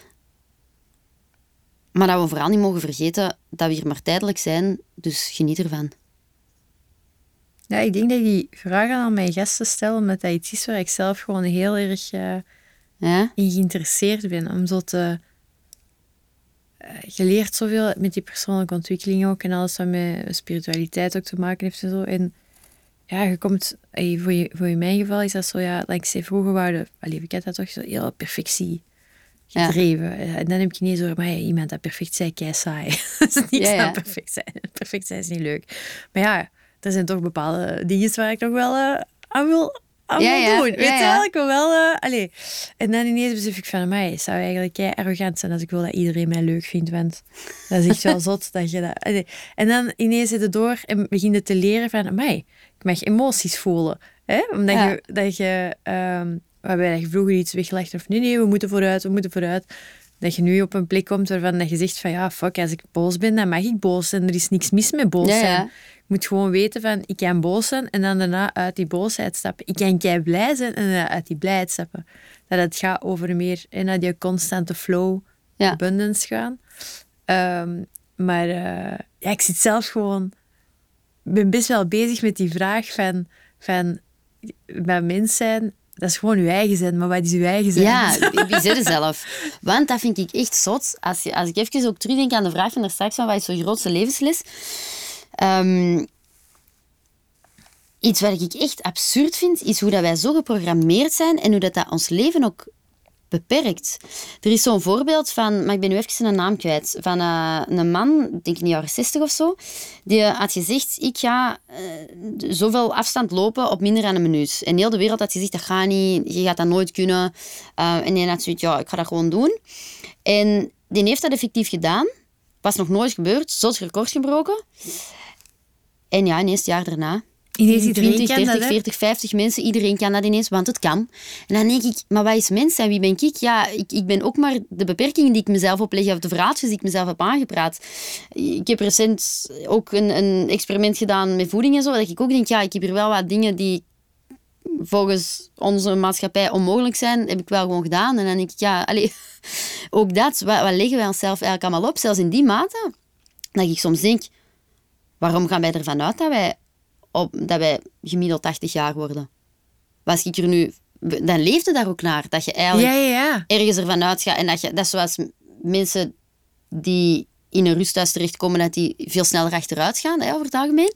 maar dat we vooral niet mogen vergeten dat we hier maar tijdelijk zijn, dus geniet ervan. Ja, ik denk dat ik die vragen aan mijn gasten stel, omdat dat iets is waar ik zelf gewoon heel erg uh, ja? in geïnteresseerd ben. Om zo te... Uh, je leert zoveel met die persoonlijke ontwikkeling ook en alles wat met spiritualiteit ook te maken heeft en zo. En ja, je komt... Hey, voor, je, voor in mijn geval is dat zo, ja, like ik zei, vroeger wouden... Allee, ik had dat toch zo heel perfectie gedreven. Ja. En dan heb ik ineens door, maar ja, iemand dat perfect zei, kei saai. Dat is niks ja, ja. aan perfect zijn. Perfect zijn is niet leuk. Maar ja... Er zijn toch bepaalde dingen waar ik nog wel uh, aan wil, aan ja, wil ja. doen. Ja, Weet je ja. wel? Ik wil wel... Uh, allez. En dan ineens besef ik van, mij het zou eigenlijk kei arrogant zijn als ik wil dat iedereen mij leuk vindt. Want dat is echt wel zot dat je dat... Allez. En dan ineens zit het door en begin je te leren van, mij ik mag emoties voelen. Hè? Omdat ja. je... Dat je um, waarbij je vroeger iets weglegt of nee, nee, we moeten vooruit, we moeten vooruit. Dat je nu op een plek komt waarvan dat je zegt van, ja, fuck, als ik boos ben, dan mag ik boos zijn. Er is niks mis met boos zijn. Ja, ja. Je moet gewoon weten van, ik kan boos zijn en dan daarna uit die boosheid stappen. Ik kan kei blij zijn en dan uit die blijheid stappen. Dat het gaat over meer en naar die constante flow, ja. abundance gaan. Um, maar uh, ja, ik zit zelf gewoon ben best wel bezig met die vraag van, van bij mens zijn, dat is gewoon je eigen zijn, maar wat is je eigen zijn? Ja, wie zit er zelf? Want dat vind ik echt zot. Als, je, als ik even ook terugdenk aan de vraag van daar straks van wat is zo'n grootste levensles? Um, iets wat ik echt absurd vind, is hoe dat wij zo geprogrammeerd zijn en hoe dat, dat ons leven ook beperkt. Er is zo'n voorbeeld van, maar ik ben nu even een naam kwijt, van uh, een man, ik denk in de jaren zestig of zo, die had gezegd, ik ga uh, zoveel afstand lopen op minder dan een minuut. En heel de wereld had gezegd, dat gaat niet, je gaat dat nooit kunnen. Uh, en die had zoiets, ja, ik ga dat gewoon doen. En die heeft dat effectief gedaan. Was nog nooit gebeurd, zo'n record gebroken. En ja, ineens het jaar daarna... Ineens iedereen twintig, kan dertig, dat, veertig, vijftig mensen. Iedereen kan dat ineens, want het kan. En dan denk ik, maar wat is mens en wie ben ik? Ja, ik, ik ben ook maar de beperkingen die ik mezelf opleg, of de verhaaltjes die ik mezelf heb aangepraat. Ik heb recent ook een, een experiment gedaan met voeding en zo, dat ik ook denk, ja, ik heb hier wel wat dingen die volgens onze maatschappij onmogelijk zijn, heb ik wel gewoon gedaan. En dan denk ik, ja, allez, ook dat, wat, wat leggen wij onszelf eigenlijk allemaal op? Zelfs in die mate, dat ik soms denk, waarom gaan wij ervan uit dat wij Op, dat wij gemiddeld tachtig jaar worden. Was ik er nu... Dan leefde daar ook naar. Dat je eigenlijk ja, ja, ja. ergens ervan uitgaat. En dat, je, dat is zoals mensen die in een rusthuis terechtkomen, dat die veel sneller achteruit gaan, hè, over het algemeen.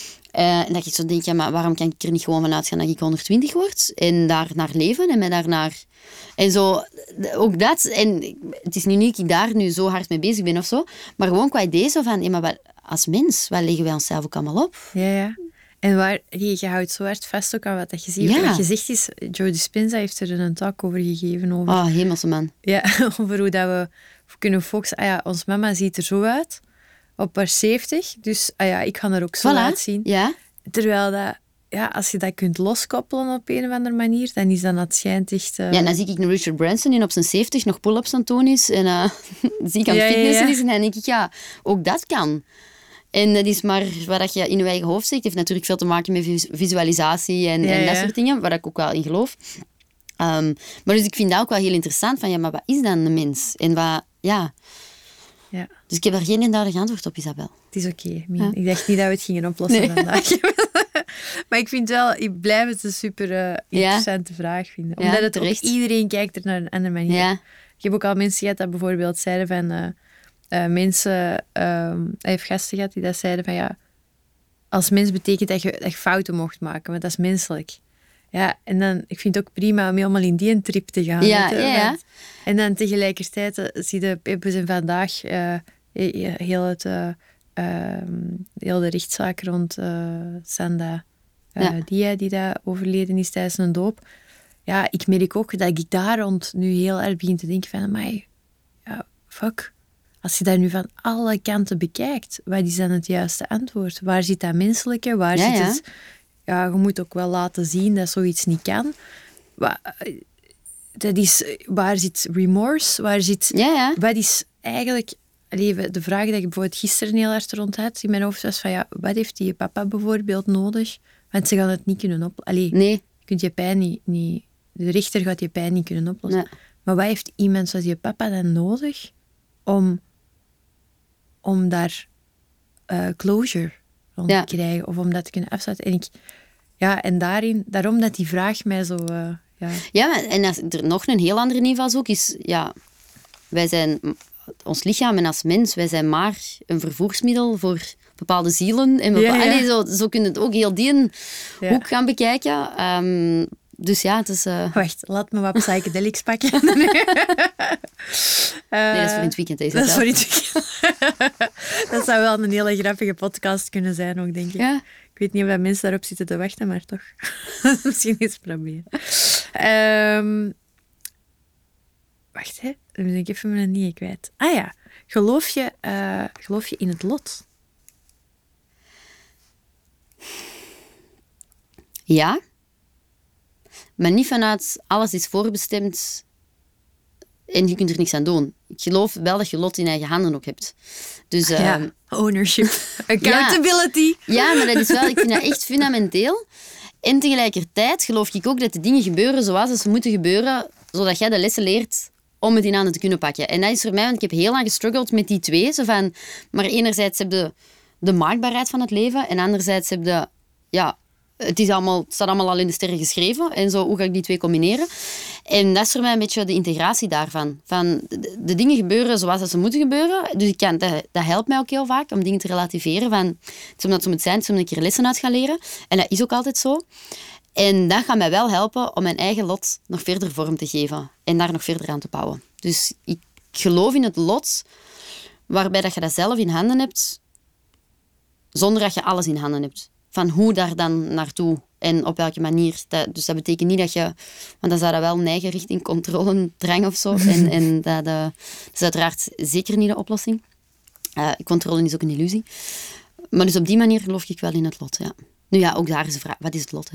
Uh, en dat ik zo denk, ja, maar waarom kan ik er niet gewoon van uitgaan dat ik honderdtwintig word? En daar naar leven en mij daarnaar... En zo, ook dat. En het is nu niet dat ik daar nu zo hard mee bezig ben of zo, maar gewoon qua idee zo van, ja, maar wat, als mens, wat leggen wij onszelf ook allemaal op? Ja, ja. En waar, je, je houdt zo hard vast ook aan wat dat je ziet. Ja. Wat je zegt is, Joe Dispenza heeft er een talk over gegeven. Over, oh, hemelse man. Ja, over hoe dat we kunnen focussen. Ah ja, ons mama ziet er zo uit, op haar zeventig. Dus ah ja, ik ga er ook zo Voilà. uitzien. Ja. Terwijl dat, ja, als je dat kunt loskoppelen op een of andere manier, dan is dat het schijnt echt... Uh... Ja, en dan zie ik een Richard Branson die op zijn zeventig nog pull-ups aan het doen is. En uh, zie ik aan het Ja, ja, fitnessen ja. is. En dan denk ik, ja, ook dat kan. En dat is maar wat je in je eigen hoofd zegt. Het heeft natuurlijk veel te maken met vis- visualisatie en, Ja, en dat ja. soort dingen, waar ik ook wel in geloof. Um, maar dus ik vind dat ook wel heel interessant, van ja, maar wat is dan een mens? En wat, ja... Ja. Dus ik heb daar geen eenduidig antwoord op, Isabel. Het is oké. Okay, Ja. Ik dacht niet dat we het gingen oplossen Nee. vandaag. Maar ik vind wel, ik blijf het een super uh, interessante ja. vraag vinden. Omdat Ja, het ook, terecht. iedereen kijkt er naar een andere manier. Ja. Ik heb ook al mensen gehad dat bijvoorbeeld zeiden van... Uh, uh, mensen... Uh, hij heeft gasten gehad die dat zeiden van ja... Als mens betekent dat je, dat je fouten mocht maken, want dat is menselijk. Ja, en dan... Ik vind het ook prima om helemaal in die trip te gaan. Ja, weet je, ja, ja. want, en dan tegelijkertijd uh, zie je... We zijn vandaag uh, heel het... Uh, uh, heel de rechtszaak rond uh, Sanda... Uh, Ja. die, die daar overleden is tijdens een doop. Ja, ik merk ook dat ik daar rond nu heel erg begin te denken van, amai, ja, fuck. Als je dat nu van alle kanten bekijkt, wat is dan het juiste antwoord? Waar zit dat menselijke? Waar Ja, zit ja. het... Ja, je moet ook wel laten zien dat zoiets niet kan. Wa- Dat is, waar zit remorse? Waar zit... Ja, ja. Wat is eigenlijk... Allee, de vraag die ik bijvoorbeeld gisteren heel hard rond had in mijn hoofd was van, ja, wat heeft die papa bijvoorbeeld nodig? Want ze gaan het niet kunnen oplossen. Allee, Nee. je kunt je pijn niet, niet... De rechter gaat je pijn niet kunnen oplossen. Nee. Maar wat heeft iemand zoals je papa dan nodig om, om daar uh, closure rond Ja. te krijgen? Of om dat te kunnen afsluiten? En, ik, ja, en daarin, daarom dat die vraag mij zo... Uh, ja. Ja, maar- en als er nog een heel andere invalshoek is, ja, wij zijn, ons lichaam en als mens, wij zijn maar een vervoersmiddel voor bepaalde zielen. En bepa- Ja, ja. Allee, zo, zo kun je het ook heel die een Ja. hoek gaan bekijken. Um, dus ja, het is... uh, Wacht, laat me wat psychedelics pakken. nee, nee, dat is voor in het weekend. Deze Dat is zelf. voor iets. Dat zou wel een hele grappige podcast kunnen zijn ook, denk ik. Ja. Ik weet niet of dat mensen daarop zitten te wachten, maar toch. Misschien eens proberen. Um, wacht, hè. Dan ben ik even mijn niet kwijt. Ah ja. Geloof je, uh, geloof je in het lot? Ja. Maar niet vanuit alles is voorbestemd en je kunt er niks aan doen. Ik geloof wel dat je lot in eigen handen ook hebt. Dus, Ja. uh, Ownership. Accountability. ja, maar dat is wel, ik vind dat echt fundamenteel. En tegelijkertijd geloof ik ook dat de dingen gebeuren zoals ze moeten gebeuren, zodat jij de lessen leert om het in handen te kunnen pakken. En dat is voor mij, want ik heb heel lang gestruggeld met die twee. Zo van, maar enerzijds heb je de maakbaarheid van het leven. En anderzijds heb je... Ja, het, is allemaal, het staat allemaal al in de sterren geschreven. En zo, hoe ga ik die twee combineren? En dat is voor mij een beetje de integratie daarvan. Van de, de dingen gebeuren zoals ze moeten gebeuren. Dus ik kan, dat, dat helpt mij ook heel vaak om dingen te relativeren. Van, het is omdat het zo moet zijn, het is omdat ik er lessen uit ga leren. En dat is ook altijd zo. En dat gaat mij wel helpen om mijn eigen lot nog verder vorm te geven. En daar nog verder aan te bouwen. Dus ik geloof in het lot waarbij dat je dat zelf in handen hebt, zonder dat je alles in handen hebt. Van hoe daar dan naartoe en op welke manier. Dat, dus dat betekent niet dat je... Want dan zou dat wel neigen richting controledrang of zo. en, en dat, uh, dat is uiteraard zeker niet de oplossing. Uh, controle is ook een illusie. Maar dus op die manier geloof ik wel in het lot, ja. Nu ja, ook daar is de vraag. Wat is het lot, hè?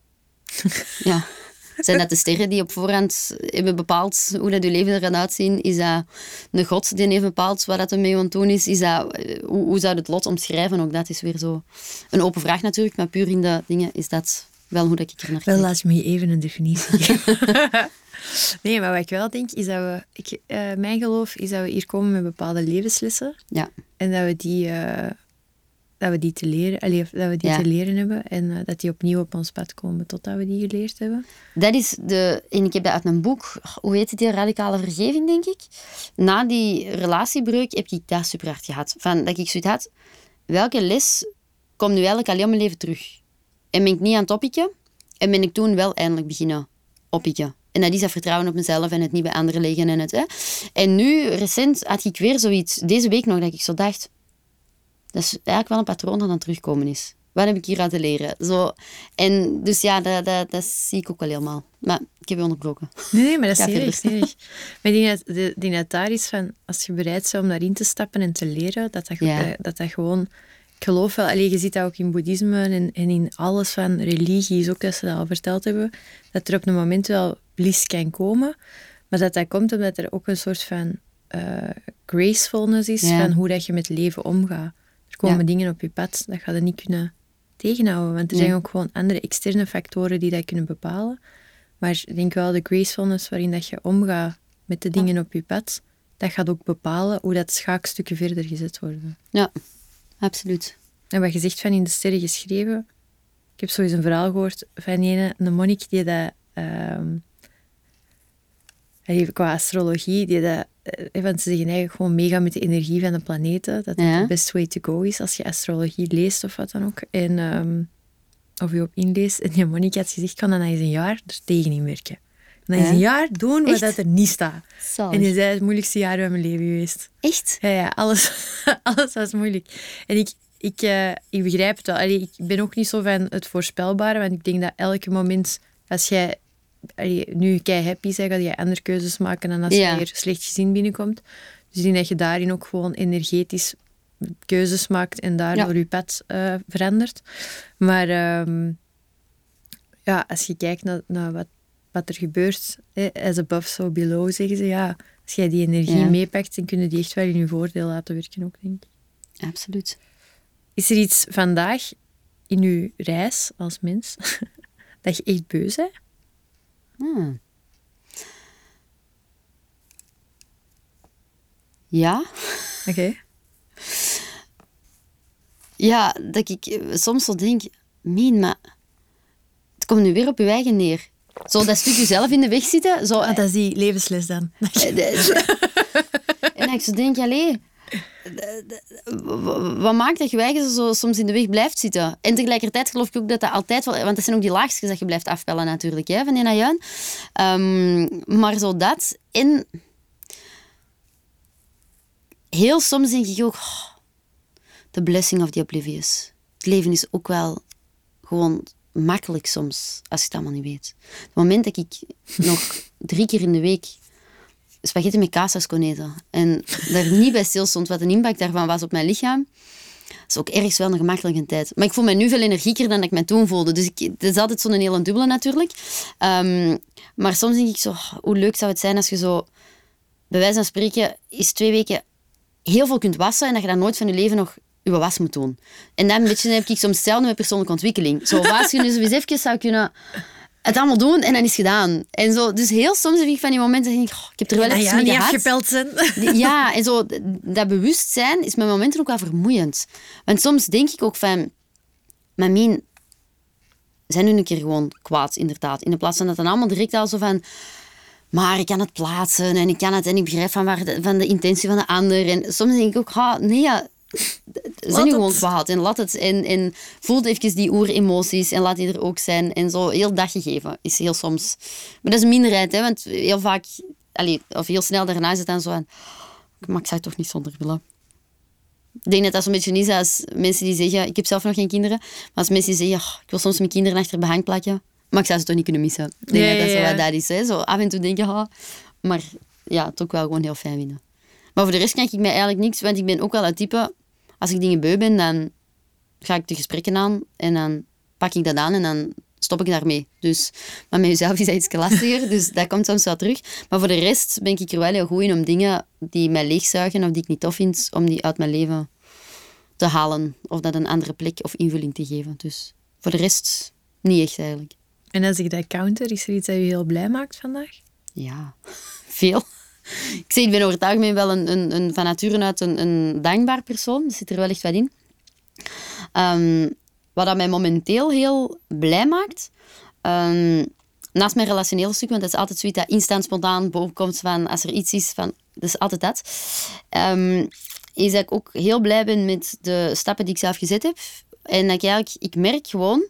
Ja. Zijn dat de sterren die op voorhand hebben bepaald hoe dat je leven er gaat uitzien? Is dat een god die heeft bepaald wat dat er mee aan het doen is? Is dat, hoe, hoe zou je het lot omschrijven? Ook dat is weer zo een open vraag natuurlijk, maar puur in de dingen is dat wel hoe dat ik er naar kijk. Wel, laat me even een definitie geven. Nee, maar wat ik wel denk, is dat we... Ik, uh, mijn geloof is dat we hier komen met bepaalde levenslessen. Ja. En dat we die... Uh, dat we die te leren, allee, dat we die ja. te leren hebben en uh, dat die opnieuw op ons pad komen totdat we die geleerd hebben. Dat is de... En ik heb dat uit mijn boek, hoe heet het, die radicale vergeving, denk ik. Na die relatiebreuk heb ik dat super hard gehad. Van, dat ik zoiets had, welke les komt nu eigenlijk al in mijn leven terug? En ben ik niet aan het oppikken? En ben ik toen wel eindelijk beginnen oppikken? En dat is dat vertrouwen op mezelf en het niet bij anderen leggen. En, het, hè. En nu, recent, had ik weer zoiets, deze week nog, dat ik zo dacht... Dat is eigenlijk wel een patroon dat aan het terugkomen is. Wat heb ik hier aan te leren? Zo. En dus ja, dat, dat, dat zie ik ook wel helemaal. Maar ik heb je onderbroken. Nee, nee, maar dat is niet erg. Maar ik denk dat, de, die dat daar is van, als je bereid bent om daarin te stappen en te leren, dat dat, ja. dat, dat gewoon... Ik geloof wel, allee, je ziet dat ook in boeddhisme en, en in alles van religies, ook dat ze dat al verteld hebben, dat er op een moment wel bliss kan komen, maar dat dat komt omdat er ook een soort van uh, gracefulness is ja. van hoe dat je met leven omgaat. Er komen ja. dingen op je pad, dat ga je niet kunnen tegenhouden. Want er nee. zijn ook gewoon andere externe factoren die dat kunnen bepalen. Maar ik denk wel, de gracefulness waarin dat je omgaat met de dingen ja. op je pad, dat gaat ook bepalen hoe dat schaakstukken verder gezet worden. Ja, absoluut. En wat je zegt van in de sterren geschreven, ik heb zo eens een verhaal gehoord van een, een monnik die dat... Um, qua astrologie, die dat... Want ze zeggen eigenlijk gewoon mega met de energie van de planeten. Dat het ja. de best way to go is als je astrologie leest of wat dan ook. En, um, of je op inleest. En die monnik had gezegd, ik kan dan eens een jaar er tegen inwerken. En dan ja. eens een jaar doen wat dat er niet staat. Zalig. En die zei, het moeilijkste jaar van mijn leven geweest. Echt? Ja, ja alles, alles was moeilijk. En ik, ik, uh, ik begrijp het wel. Allee, ik ben ook niet zo van het voorspelbare, want ik denk dat elke moment, als jij... Allee, nu kei happy zijn, ga je andere keuzes maken dan als ja. je weer slecht gezin binnenkomt. Dus ik denk dat je daarin ook gewoon energetisch keuzes maakt en daardoor ja. je pad uh, verandert. Maar um, ja, als je kijkt naar, naar wat, wat er gebeurt, eh, as above, so below, zeggen ze. Ja, als jij die energie ja. meepakt, dan kun je die echt wel in je voordeel laten werken ook, denk ik. Absoluut. Is er iets vandaag in je reis als mens dat je echt beu bent? Hmm. Ja. Oké. Okay. Ja, dat ik soms zo denk, mien, maar het komt nu weer op je eigen neer. Zo dat stukje zelf in de weg zitten. Zo, ah, dat is die levensles dan. En ik zo denk, allee, wat maakt dat je eigen zo soms in de weg blijft zitten? En tegelijkertijd geloof ik ook dat dat altijd wel... Want dat zijn ook die laagjes dat je blijft afpellen natuurlijk, hè, van die najuin. Um, maar zo dat. En heel soms denk ik ook... Oh, the blessing of the oblivious. Het leven is ook wel gewoon makkelijk soms, als je het allemaal niet weet. Het moment dat ik nog drie keer in de week spaghetti met kaassaus kon eten en daar niet bij stil stond wat een impact daarvan was op mijn lichaam, dat is ook ergens wel een gemakkelijke tijd. Maar ik voel me nu veel energieker dan dat ik me toen voelde. Dus ik, het is altijd zo'n hele dubbele natuurlijk. Um, maar soms denk ik zo, hoe leuk zou het zijn als je zo, bij wijze van spreken, eens twee weken heel veel kunt wassen en dat je dan nooit van je leven nog je was moet doen. En dan een beetje heb ik soms hetzelfde met persoonlijke ontwikkeling. Zo, als je dus eens even zou kunnen het allemaal doen en dan is het gedaan. En zo, dus heel soms heb ik van die momenten denk ik, oh, ik heb er wel ja, even ja, mee niet gehad. afgepeld zijn. Ja, en zo, dat bewustzijn is met momenten ook wel vermoeiend. Want soms denk ik ook van, Mamien, zijn nu een keer gewoon kwaad, inderdaad. In de plaats van dat dan allemaal direct al zo van, maar ik kan het plaatsen en ik kan het en ik begrijp van, waar de, van de intentie van de ander. En soms denk ik ook, ha, nee, ja, zijn nu gewoon kwaad en laat het. En, en voel even die oeremoties en laat die er ook zijn. En zo heel daggegeven is heel soms... Maar dat is een minderheid, hè, want heel vaak... Allee, of heel snel daarna is het dan zo van... Maar ik zou het toch niet zonder willen. Ik denk dat dat zo'n beetje is als mensen die zeggen... Ik heb zelf nog geen kinderen. Maar als mensen die zeggen... Oh, ik wil soms mijn kinderen achter behang plakken. Maar ik zou ze toch niet kunnen missen. Ik denk Ja, dat dat ja, zo ja. wat dat is. Hè. Zo af en toe denk je... Oh, maar ja, het ook wel gewoon heel fijn vinden. Maar voor de rest kan ik mij eigenlijk niks... Want ik ben ook wel het type... Als ik dingen beu ben, dan ga ik de gesprekken aan. En dan pak ik dat aan en dan stop ik daarmee. Dus, maar met jezelf is dat iets lastiger. Dus dat komt soms wel terug. Maar voor de rest ben ik er wel heel goed in om dingen die mij leegzuigen of die ik niet tof vind, om die uit mijn leven te halen. Of dat een andere plek of invulling te geven. Dus voor de rest niet echt eigenlijk. En als ik dat counter, is er iets dat je heel blij maakt vandaag? Ja, veel. Ik zeg, ik ben over het algemeen wel een, een, een, van nature uit een, een dankbaar persoon. Er zit er wel echt wat in. Um, wat dat mij momenteel heel blij maakt... Um, naast mijn relationele stuk, want dat is altijd zoiets dat instant spontaan bovenkomt van als er iets is, van, dat is altijd dat. Um, is dat ik ook heel blij ben met de stappen die ik zelf gezet heb. En dat ik eigenlijk... Ik merk gewoon...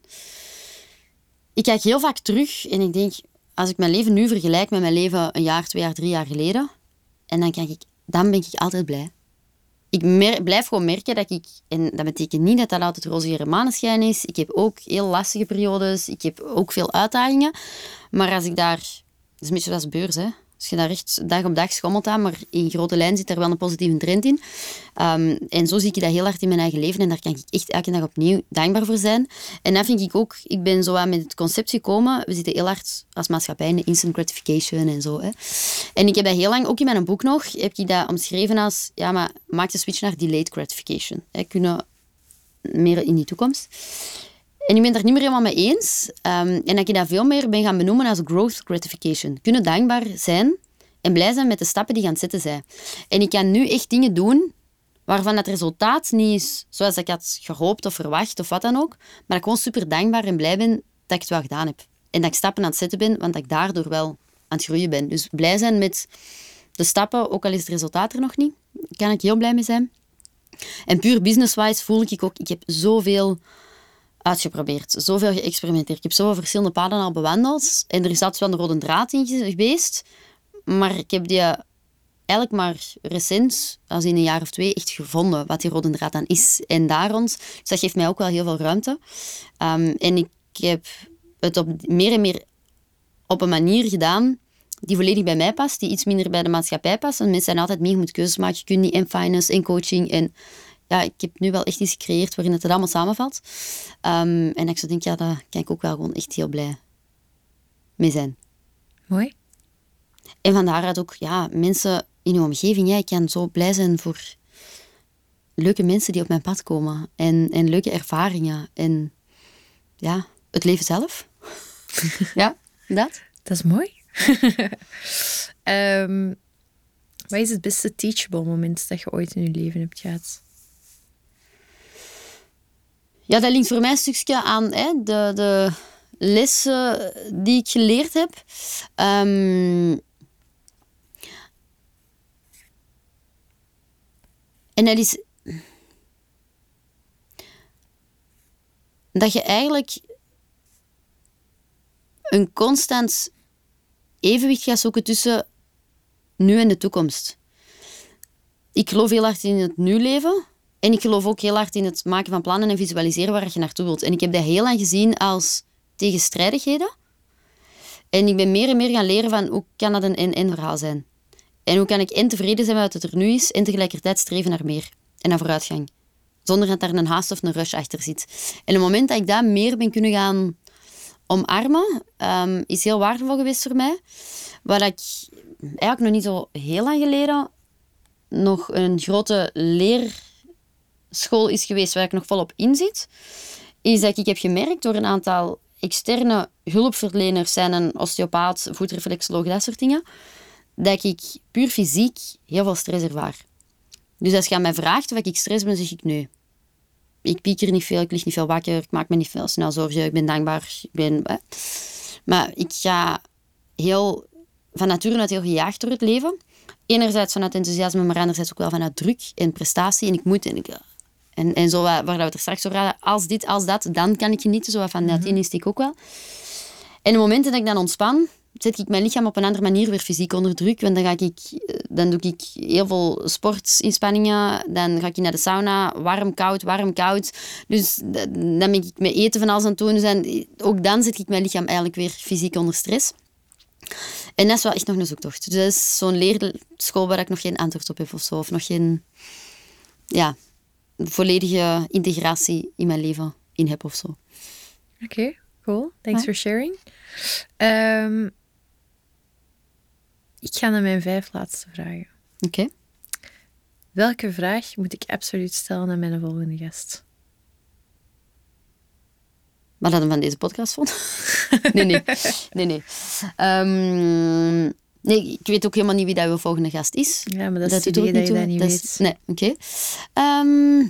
Ik kijk heel vaak terug en ik denk... Als ik mijn leven nu vergelijk met mijn leven een jaar, twee jaar, drie jaar geleden, en dan, kijk ik, dan ben ik altijd blij. Ik mer- blijf gewoon merken dat ik... En dat betekent niet dat dat altijd roze maneschijn is. Ik heb ook heel lastige periodes. Ik heb ook veel uitdagingen. Maar als ik daar... Dat is een beetje zoals beurs, hè. Als je daar echt dag op dag schommelt aan, maar in grote lijn zit er wel een positieve trend in. Um, en zo zie ik dat heel hard in mijn eigen leven. En daar kan ik echt elke dag opnieuw dankbaar voor zijn. En dat vind ik ook... Ik ben zo aan met het concept gekomen. We zitten heel hard als maatschappij in de instant gratification en zo. Hè. En ik heb dat heel lang, ook in mijn boek nog, heb ik dat omschreven als... Ja, maar maak de switch naar delayed gratification. Hè. Kunnen meer in die toekomst. En ik ben het er niet meer helemaal mee eens. Um, en dat ik dat veel meer ben gaan benoemen als growth gratification. Kunnen dankbaar zijn en blij zijn met de stappen die je aan het zetten zijn. En ik kan nu echt dingen doen waarvan het resultaat niet is zoals ik had gehoopt of verwacht of wat dan ook. Maar dat ik gewoon super dankbaar en blij ben dat ik het wel gedaan heb. En dat ik stappen aan het zetten ben, want dat ik daardoor wel aan het groeien ben. Dus blij zijn met de stappen, ook al is het resultaat er nog niet. Daar kan ik heel blij mee zijn. En puur business-wise voel ik ook... Ik heb zoveel... uitgeprobeerd, zoveel geëxperimenteerd. Ik heb zoveel verschillende paden al bewandeld. En er is altijd wel een rode draad in geweest. Maar ik heb die eigenlijk maar recent, als in een jaar of twee, echt gevonden wat die rode draad dan is. En daar rond. Dus dat geeft mij ook wel heel veel ruimte. Um, en ik heb het op meer en meer op een manier gedaan die volledig bij mij past, die iets minder bij de maatschappij past. En mensen zijn altijd meer, je moet keuzes maken. Je kunt niet en finance en coaching en... Ja, ik heb nu wel echt iets gecreëerd waarin het allemaal samenvalt. Um, en ik zo denk, ja, daar kan ik ook wel gewoon echt heel blij mee zijn. Mooi. En van daaruit ook, ja, mensen in uw omgeving. Ja, ik kan zo blij zijn voor leuke mensen die op mijn pad komen. En, en leuke ervaringen. En ja, het leven zelf. Ja, dat. Dat is mooi. um, wat is het beste teachable moment dat je ooit in je leven hebt gehad? Ja, dat linkt voor mij een stukje aan hè, de, de lessen die ik geleerd heb. Um, en dat is... Dat je eigenlijk een constant evenwicht gaat zoeken tussen nu en de toekomst. Ik geloof heel hard in het nu-leven. En ik geloof ook heel hard in het maken van plannen en visualiseren waar je naartoe wilt. En ik heb dat heel lang gezien als tegenstrijdigheden. En ik ben meer en meer gaan leren van hoe kan dat een en-en verhaal zijn. En hoe kan ik en tevreden zijn met wat het er nu is en tegelijkertijd streven naar meer. En naar vooruitgang. Zonder dat daar een haast of een rush achter zit. En op het moment dat ik dat meer ben kunnen gaan omarmen, um, is heel waardevol geweest voor mij. Wat ik eigenlijk nog niet zo heel lang geleden nog een grote leerschool is geweest waar ik nog volop in zit, is dat ik heb gemerkt door een aantal externe hulpverleners zijn een osteopaat, voetreflexoloog, dat soort dingen, dat ik puur fysiek heel veel stress ervaar. Dus als je aan mij vraagt of ik stress ben, zeg ik nee. Ik pieker niet veel, ik lig niet veel wakker, ik maak me niet veel snel zorgen, ik ben dankbaar. Ik ben, eh. Maar ik ga heel, van nature uit heel gejaagd door het leven. Enerzijds vanuit enthousiasme, maar anderzijds ook wel vanuit druk en prestatie. En ik moet... En, ik, en, en zo, waar we het er straks over hadden, als dit, als dat, dan kan ik genieten. Zo van, dat insteek ik ook wel. En de momenten dat ik dan ontspan, zet ik mijn lichaam op een andere manier weer fysiek onder druk. Want dan, ga ik, dan doe ik heel veel sportinspanningen. Dan ga ik naar de sauna. Warm, koud, warm, koud. Dus dan ben ik met eten van alles aan het doen. Dus dan, ook dan zet ik mijn lichaam eigenlijk weer fysiek onder stress. En dat is wel echt nog een zoektocht. Dus dat is zo'n leerschool waar ik nog geen antwoord op heb of zo. Of nog geen ja, volledige integratie in mijn leven in heb of zo. Oké, okay, cool. Thanks ja. for sharing. Um, ik ga naar mijn vijf laatste vragen. Oké. Okay. Welke vraag moet ik absoluut stellen aan mijn volgende gast? Wat hadden we van deze podcast vond? nee, nee. nee, nee. Um, nee. Ik weet ook helemaal niet wie dat uw volgende gast is. Ja, maar dat, dat is het idee dat je dat niet dat weet. Is, nee, oké. Okay. Um,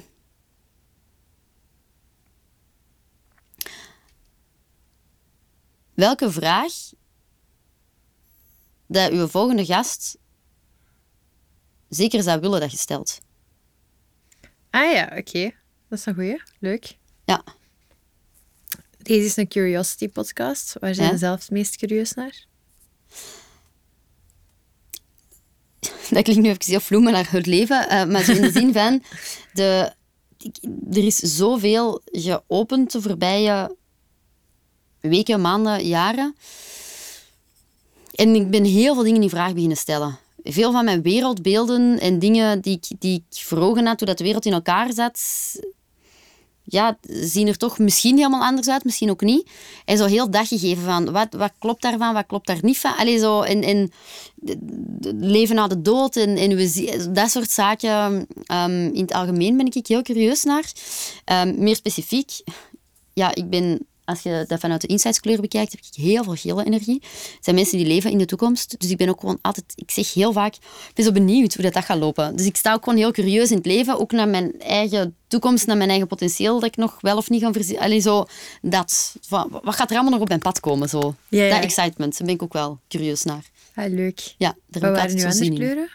welke vraag dat uw volgende gast zeker zou willen dat je stelt? Ah ja, oké. Okay. Dat is een goeie. Leuk. Ja. Deze is een Curiosity podcast. Waar zijn je ja? zelf het meest curieus naar? Dat klinkt nu even heel vloe, maar naar het leven. Uh, maar zo in de zin van... De, er is zoveel geopend de voorbije weken, maanden, jaren. En ik ben heel veel dingen in vraag beginnen stellen. Veel van mijn wereldbeelden en dingen die ik, die ik voor ogen had toen dat de wereld in elkaar zat... ja, zien er toch misschien helemaal anders uit, misschien ook niet. En zo heel daggegeven van, wat, wat klopt daarvan, wat klopt daar niet van? Allee, zo, en, en leven na de dood en, en we, dat soort zaken. Um, in het algemeen ben ik heel curieus naar. Um, meer specifiek, ja, ik ben... Als je dat vanuit de insightskleur bekijkt, heb ik heel veel gele energie. Het zijn mensen die leven in de toekomst. Dus ik ben ook gewoon altijd... Ik zeg heel vaak, ik ben zo benieuwd hoe dat, dat gaat lopen. Dus ik sta ook gewoon heel curieus in het leven. Ook naar mijn eigen toekomst, naar mijn eigen potentieel. Dat ik nog wel of niet ga voorzien. Allee, zo dat. Wat gaat er allemaal nog op mijn pad komen? Zo. Ja, ja. Dat excitement, daar ben ik ook wel curieus naar. Ah, leuk. Ja, daar Wat waren nu andere kleuren?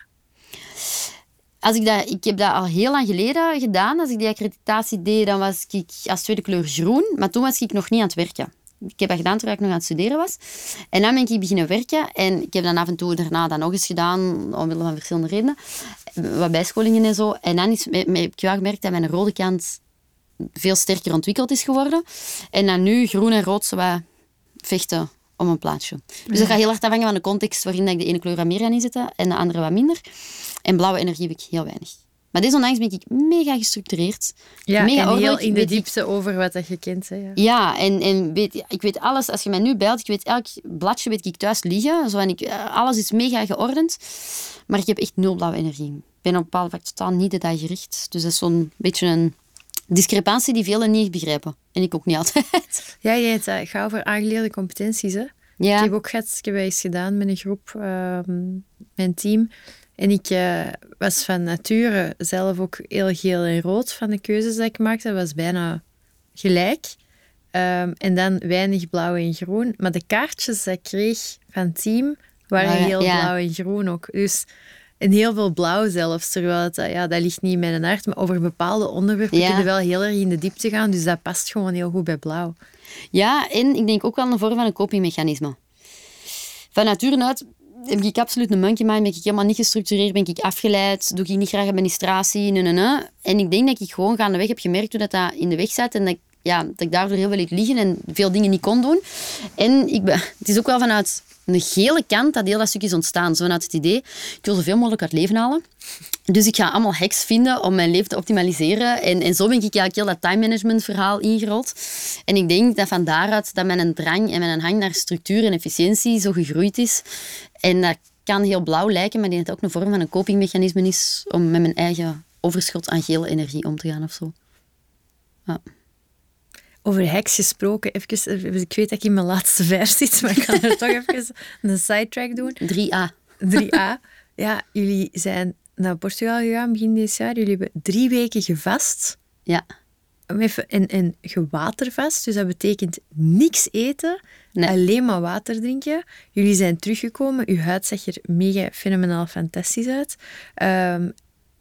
Als ik, dat, ik heb dat al heel lang geleden gedaan. Als ik die accreditatie deed, dan was ik als tweede kleur groen. Maar toen was ik nog niet aan het werken. Ik heb dat gedaan terwijl ik nog aan het studeren was. En dan ben ik beginnen werken. En ik heb dan af en toe daarna dat nog eens gedaan, omwille van verschillende redenen. Wat bijscholingen en zo. En dan is, heb ik wel gemerkt dat mijn rode kant veel sterker ontwikkeld is geworden. En dan nu groen en rood zo wat vechten om een plaatsje. Dus dat gaat heel hard afhangen van de context waarin ik de ene kleur wat meer ga inzetten en de andere wat minder. En blauwe energie heb ik heel weinig. Maar desondanks ben ik mega gestructureerd. Ja, mega en ordelijk, heel in de diepte ik... over wat dat je kent. Hè, ja, ja en, en weet, ik weet alles. Als je mij nu belt, ik weet elk bladje weet ik thuis liggen. Zo, en ik, alles is mega geordend. Maar ik heb echt nul blauwe energie. Ik ben op bepaalde vlakken totaal niet detailgericht. Dus dat is zo'n beetje een discrepantie die velen niet begrijpen. En ik ook niet altijd. Ja, jij hebt uh, gauw voor aangeleerde competenties. Hè? Ja. Ik heb ook gehad, ik heb eens gedaan met een groep, uh, mijn team... En ik uh, was van nature zelf ook heel geel en rood van de keuzes die ik maakte. Dat was bijna gelijk. Um, en dan weinig blauw en groen. Maar de kaartjes die ik kreeg van het team waren ja, heel ja. blauw en groen ook. Dus, en heel veel blauw zelfs. Terwijl het, ja, dat ligt niet in mijn hart. Maar over bepaalde onderwerpen ja. kun je wel heel erg in de diepte gaan. Dus dat past gewoon heel goed bij blauw. Ja, en ik denk ook wel een vorm van een copingmechanisme. Van nature uit... heb ik absoluut een monkey mind, ben ik helemaal niet gestructureerd, ben ik afgeleid, doe ik niet graag administratie, nee, nee, nee. En ik denk dat ik gewoon gaandeweg heb gemerkt hoe dat, dat in de weg zat en dat ik, ja, dat ik daardoor heel veel liet liggen en veel dingen niet kon doen. En ik ben, het is ook wel vanuit een gele kant dat heel dat stuk is ontstaan. Zo vanuit het idee, ik wil zoveel mogelijk uit het leven halen. Dus ik ga allemaal hacks vinden om mijn leven te optimaliseren. En, en zo ben ik eigenlijk heel dat time management verhaal ingerold. En ik denk dat van daaruit dat mijn drang en mijn hang naar structuur en efficiëntie zo gegroeid is. En dat kan heel blauw lijken, maar ik denk dat het ook een vorm van een copingmechanisme is om met mijn eigen overschot aan gele energie om te gaan of zo. Ja. Over hacks gesproken, even, ik weet dat ik in mijn laatste vers zit, maar ik ga er toch even een sidetrack doen. drie a. drie a. Ja, jullie zijn naar Portugal gegaan begin dit jaar. Jullie hebben drie weken gevast. Ja. Even, en, en gewatervast, dus dat betekent niks eten, nee. Alleen maar water drinken. Jullie zijn teruggekomen, uw huid zag er mega fenomenaal fantastisch uit. Um,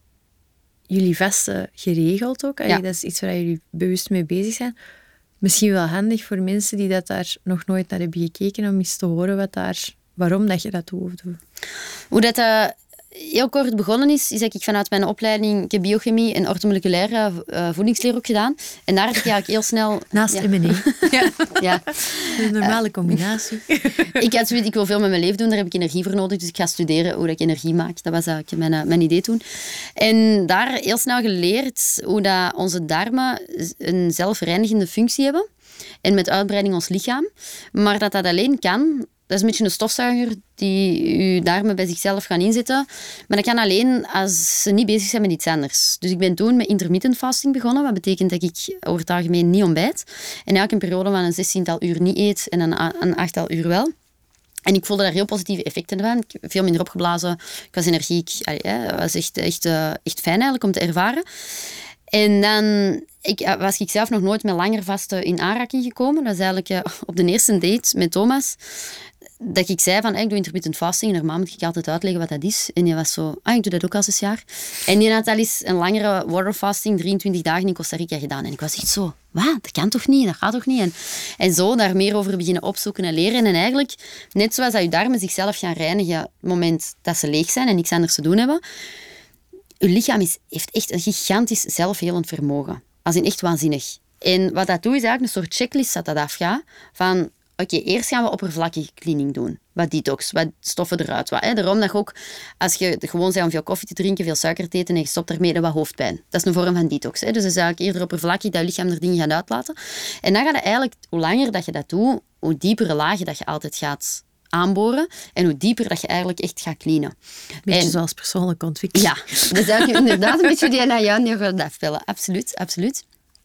jullie vasten geregeld ook, ja. Dat is iets waar jullie bewust mee bezig zijn. Misschien wel handig voor mensen die dat daar nog nooit naar hebben gekeken, om eens te horen wat daar, waarom dat je dat doet. Hoe dat... Uh... heel kort begonnen is, is dat ik vanuit mijn opleiding, ik heb biochemie en orthomoleculaire uh, voedingsleer ook gedaan. En daar heb ik eigenlijk heel snel... Naast ja. M en E. Ja. Ja. Een normale uh, combinatie. ik had zoiets, ik wil veel met mijn leven doen, daar heb ik energie voor nodig. Dus ik ga studeren hoe dat ik energie maak. Dat was eigenlijk mijn, uh, mijn idee toen. En daar heel snel geleerd hoe dat onze darmen een zelfreinigende functie hebben. En met uitbreiding ons lichaam. Maar dat dat alleen kan... Dat is een beetje een stofzuiger die je darmen bij zichzelf gaan inzetten. Maar dat kan alleen als ze niet bezig zijn met iets anders. Dus ik ben toen met intermittent fasting begonnen. Wat betekent dat ik over het algemeen niet ontbijt. En eigenlijk een periode van een zestiental uur niet eet en een, een achttal uur wel. En ik voelde daar heel positieve effecten van. Ik heb veel minder opgeblazen. Ik was energiek. Het was echt, echt, echt fijn eigenlijk om te ervaren. En dan ik, was ik zelf nog nooit met langer vasten in aanraking gekomen. Dat is eigenlijk uh, op de eerste date met Thomas... dat ik zei van, ik doe intermittent fasting. En normaal moet ik altijd uitleggen wat dat is. En die was zo, ah, ik doe dat ook al zes jaar. En die had al eens een langere water fasting, drieëntwintig dagen in Costa Rica gedaan. En ik was echt zo, wat? Dat kan toch niet? Dat gaat toch niet? En, en zo daar meer over beginnen opzoeken en leren. En eigenlijk, net zoals dat je darmen zichzelf gaan reinigen op het moment dat ze leeg zijn en niks anders te doen hebben. Je lichaam is, heeft echt een gigantisch zelfhelend vermogen. Als in echt waanzinnig. En wat dat doet, is eigenlijk een soort checklist dat dat afgaat. Van, oké, okay, eerst gaan we oppervlakkige cleaning doen. Wat detox, wat stoffen eruit. Wat, hè. Daarom dat je ook, als je gewoon bent om veel koffie te drinken, veel suiker te eten en je stopt daarmee, dan wat hoofdpijn. Dat is een vorm van detox. Hè. Dus dat is eigenlijk eerder oppervlakkig dat je lichaam er dingen gaat uitlaten. En dan gaat het eigenlijk, hoe langer dat je dat doet, hoe diepere lagen dat je altijd gaat aanboren en hoe dieper dat je eigenlijk echt gaat cleanen. Beetje en, zoals persoonlijke ontwikkeling. Ja, dat is eigenlijk inderdaad een beetje die naar jou nu gaat afspelen. Absoluut, absoluut.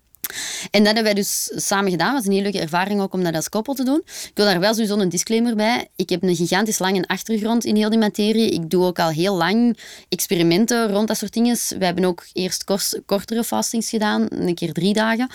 En dat hebben wij dus samen gedaan. Dat was een hele leuke ervaring ook om dat als koppel te doen. Ik wil daar wel sowieso een disclaimer bij. Ik heb een gigantisch lange achtergrond in heel die materie. Ik doe ook al heel lang experimenten rond dat soort dingen. We hebben ook eerst kort, kortere fastings gedaan. Een keer drie dagen.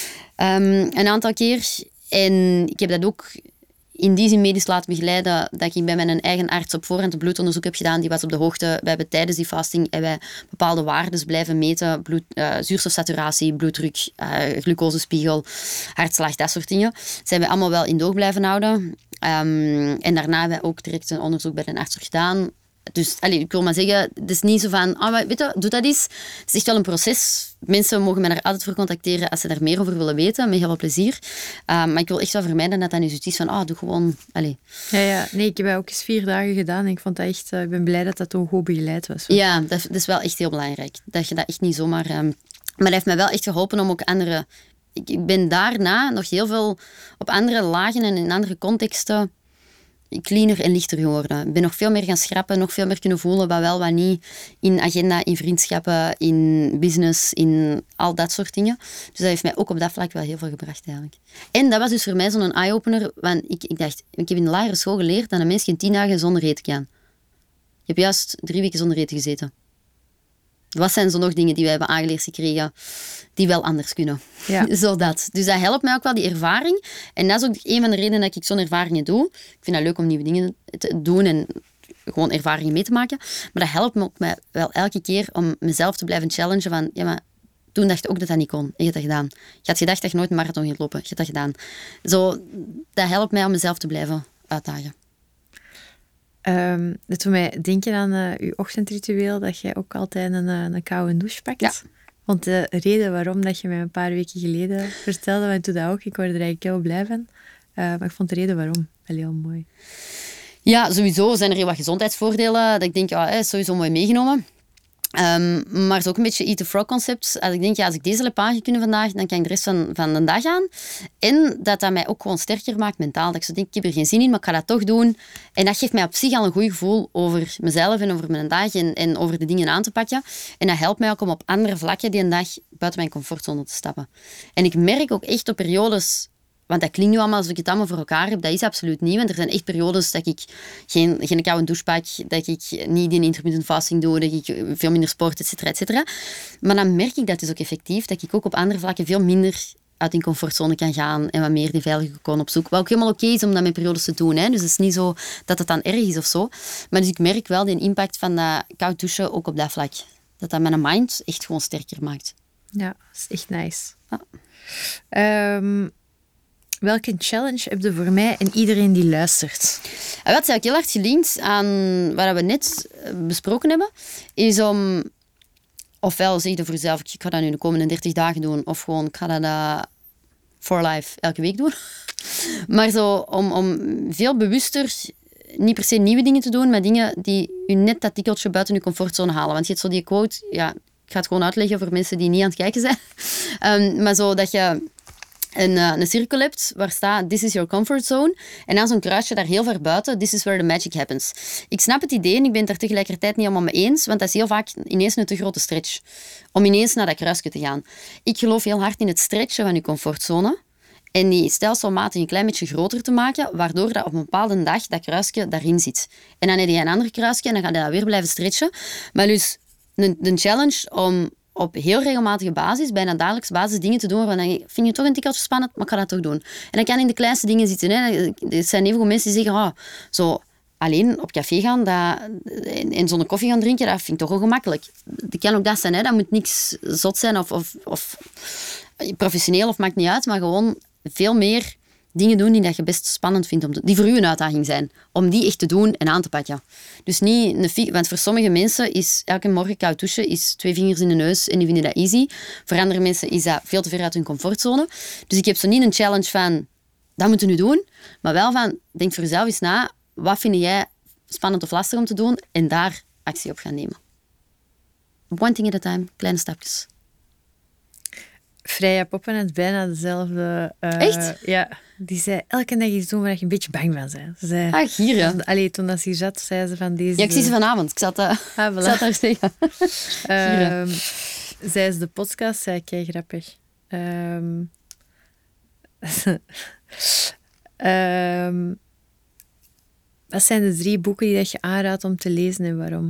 Um, een aantal keer. En ik heb dat ook... in die zin medisch laten begeleiden dat ik bij mijn eigen arts op voorhand een bloedonderzoek heb gedaan. Die was op de hoogte. We hebben tijdens die fasting en wij bepaalde waarden blijven meten. Bloed, uh, zuurstofsaturatie, bloeddruk, uh, glucosespiegel, hartslag, dat soort dingen. Dat zijn we allemaal wel in doog blijven houden. Um, en daarna hebben we ook direct een onderzoek bij de arts gedaan. Dus allez, ik wil maar zeggen, het is niet zo van, ah, weet je, doe dat eens. Het is echt wel een proces. Mensen mogen mij daar altijd voor contacteren als ze daar meer over willen weten, met heel veel plezier. Uh, maar ik wil echt wel vermijden dat dat nu zoiets is van, ah, doe gewoon, allez. Ja, ja, nee, ik heb ook eens vier dagen gedaan en ik vond dat echt, uh, ik ben blij dat dat toen goed begeleid was. Hoor. Ja, dat, dat is wel echt heel belangrijk. Dat je dat echt niet zomaar... Um, maar dat heeft mij wel echt geholpen om ook andere... Ik, ik ben daarna nog heel veel op andere lagen en in andere contexten cleaner en lichter geworden. Ik ben nog veel meer gaan schrappen, nog veel meer kunnen voelen wat wel, wat niet. In agenda, in vriendschappen, in business, in al dat soort dingen. Dus dat heeft mij ook op dat vlak wel heel veel gebracht eigenlijk. En dat was dus voor mij zo'n eye-opener. Want ik, ik dacht, ik heb in de lagere school geleerd dat een mens geen tien dagen zonder eten kan. Je hebt juist drie weken zonder eten gezeten. Wat zijn zo nog dingen die wij hebben aangeleerd gekregen die wel anders kunnen? Ja. Zo dat. Dus dat helpt mij ook wel, die ervaring. En dat is ook een van de redenen dat ik zo'n ervaringen doe. Ik vind het leuk om nieuwe dingen te doen en gewoon ervaringen mee te maken. Maar dat helpt me ook wel elke keer om mezelf te blijven challengen van, ja, maar toen dacht je ook dat dat niet kon. En je hebt dat gedaan. Je had gedacht dat je nooit een marathon gaat lopen. Je hebt dat gedaan. Zo, dat helpt mij om mezelf te blijven uitdagen. Um, dat doet mij denken aan uh, je ochtendritueel, dat jij ook altijd een, een koude douche pakt. Ja. Want de reden waarom dat je mij een paar weken geleden vertelde, want ik doe dat ook, ik word er eigenlijk heel blij van. Uh, maar ik vond de reden waarom wel heel mooi. Ja, sowieso zijn er heel wat gezondheidsvoordelen. Dat ik denk, ja, is sowieso mooi meegenomen. Um, maar zo ook een beetje eat the frog concept. Als ik denk, ja, als ik deze heb aangekunnen vandaag, dan kan ik de rest van, van de dag aan. En dat dat mij ook gewoon sterker maakt mentaal. Dat ik zo denk, ik heb er geen zin in, maar ik ga dat toch doen. En dat geeft mij op zich al een goed gevoel over mezelf en over mijn dag en, en over de dingen aan te pakken. En dat helpt mij ook om op andere vlakken die een dag buiten mijn comfortzone te stappen. En ik merk ook echt op periodes... Want dat klinkt nu allemaal alsof ik het allemaal voor elkaar heb. Dat is absoluut niet. Want er zijn echt periodes dat ik geen, geen koude douche pak, dat ik niet in intermittent fasting doe, dat ik veel minder sport, et cetera, et cetera. Maar dan merk ik dat dus ook effectief, dat ik ook op andere vlakken veel minder uit die comfortzone kan gaan en wat meer die veilige kon opzoeken. Wat ook helemaal oké is om dat met periodes te doen. Hè. Dus het is niet zo dat het dan erg is of zo. Maar dus ik merk wel de impact van dat koud douchen ook op dat vlak. Dat dat mijn mind echt gewoon sterker maakt. Ja, dat is echt nice. Ja. Um... Welke challenge heb je voor mij en iedereen die luistert? En wat is heel hard gelinkt aan wat we net besproken hebben, is om, ofwel zeg je voor jezelf, ik ga dat nu de komende dertig dagen doen, of gewoon, ik ga dat uh, for life elke week doen. Maar zo, om, om veel bewuster, niet per se nieuwe dingen te doen, maar dingen die je net dat tikkeltje buiten je comfortzone halen. Want je hebt zo die quote, ja, ik ga het gewoon uitleggen voor mensen die niet aan het kijken zijn. Um, maar zo dat je... Een, uh, een cirkel hebt waar staat this is your comfort zone en dan zo'n kruisje daar heel ver buiten, this is where the magic happens. Ik snap het idee en ik ben het er tegelijkertijd niet helemaal mee eens, want dat is heel vaak ineens een te grote stretch om ineens naar dat kruisje te gaan. Ik geloof heel hard in het stretchen van je comfortzone en die stelselmatig een klein beetje groter te maken, waardoor dat op een bepaalde dag dat kruisje daarin zit. En dan heb je een ander kruisje en dan ga je dat weer blijven stretchen. Maar dus een, een challenge om op heel regelmatige basis, bijna dagelijks basis, dingen te doen waarvan je vind je toch een tikkeltje spannend, maar ik ga dat toch doen. En dat kan in de kleinste dingen zitten. Hè. Er zijn even mensen die zeggen, oh, zo alleen op café gaan dat, en, en zo'n koffie gaan drinken, dat vind ik toch wel gemakkelijk. Dat kan ook dat zijn, hè. Dat moet niks zot zijn of, of, of professioneel of maakt niet uit, maar gewoon veel meer dingen doen die dat je best spannend vindt, om te, die voor u een uitdaging zijn, om die echt te doen en aan te pakken. Dus niet een fi- want voor sommige mensen is elke morgen koud douchen is twee vingers in de neus en die vinden dat easy. Voor andere mensen is dat veel te ver uit hun comfortzone. Dus ik heb zo niet een challenge van, dat moeten we nu doen, maar wel van, denk voor jezelf eens na, wat vind jij spannend of lastig om te doen en daar actie op gaan nemen. One thing at a time, kleine stapjes. Freya Poppen had bijna dezelfde... Uh, Echt? Ja, die zei elke dag iets doen waar je een beetje bang van bent. Ze zei, ah, hier, ja. Allee, toen dat ze hier zat, zei ze van deze... Ja, ik zie ze vanavond. Ik zat, uh, ah, voilà. ik zat daar tegen. um, zij is de podcast, zei ik, kei grappig. Um, um, wat zijn de drie boeken die dat je aanraadt om te lezen en waarom?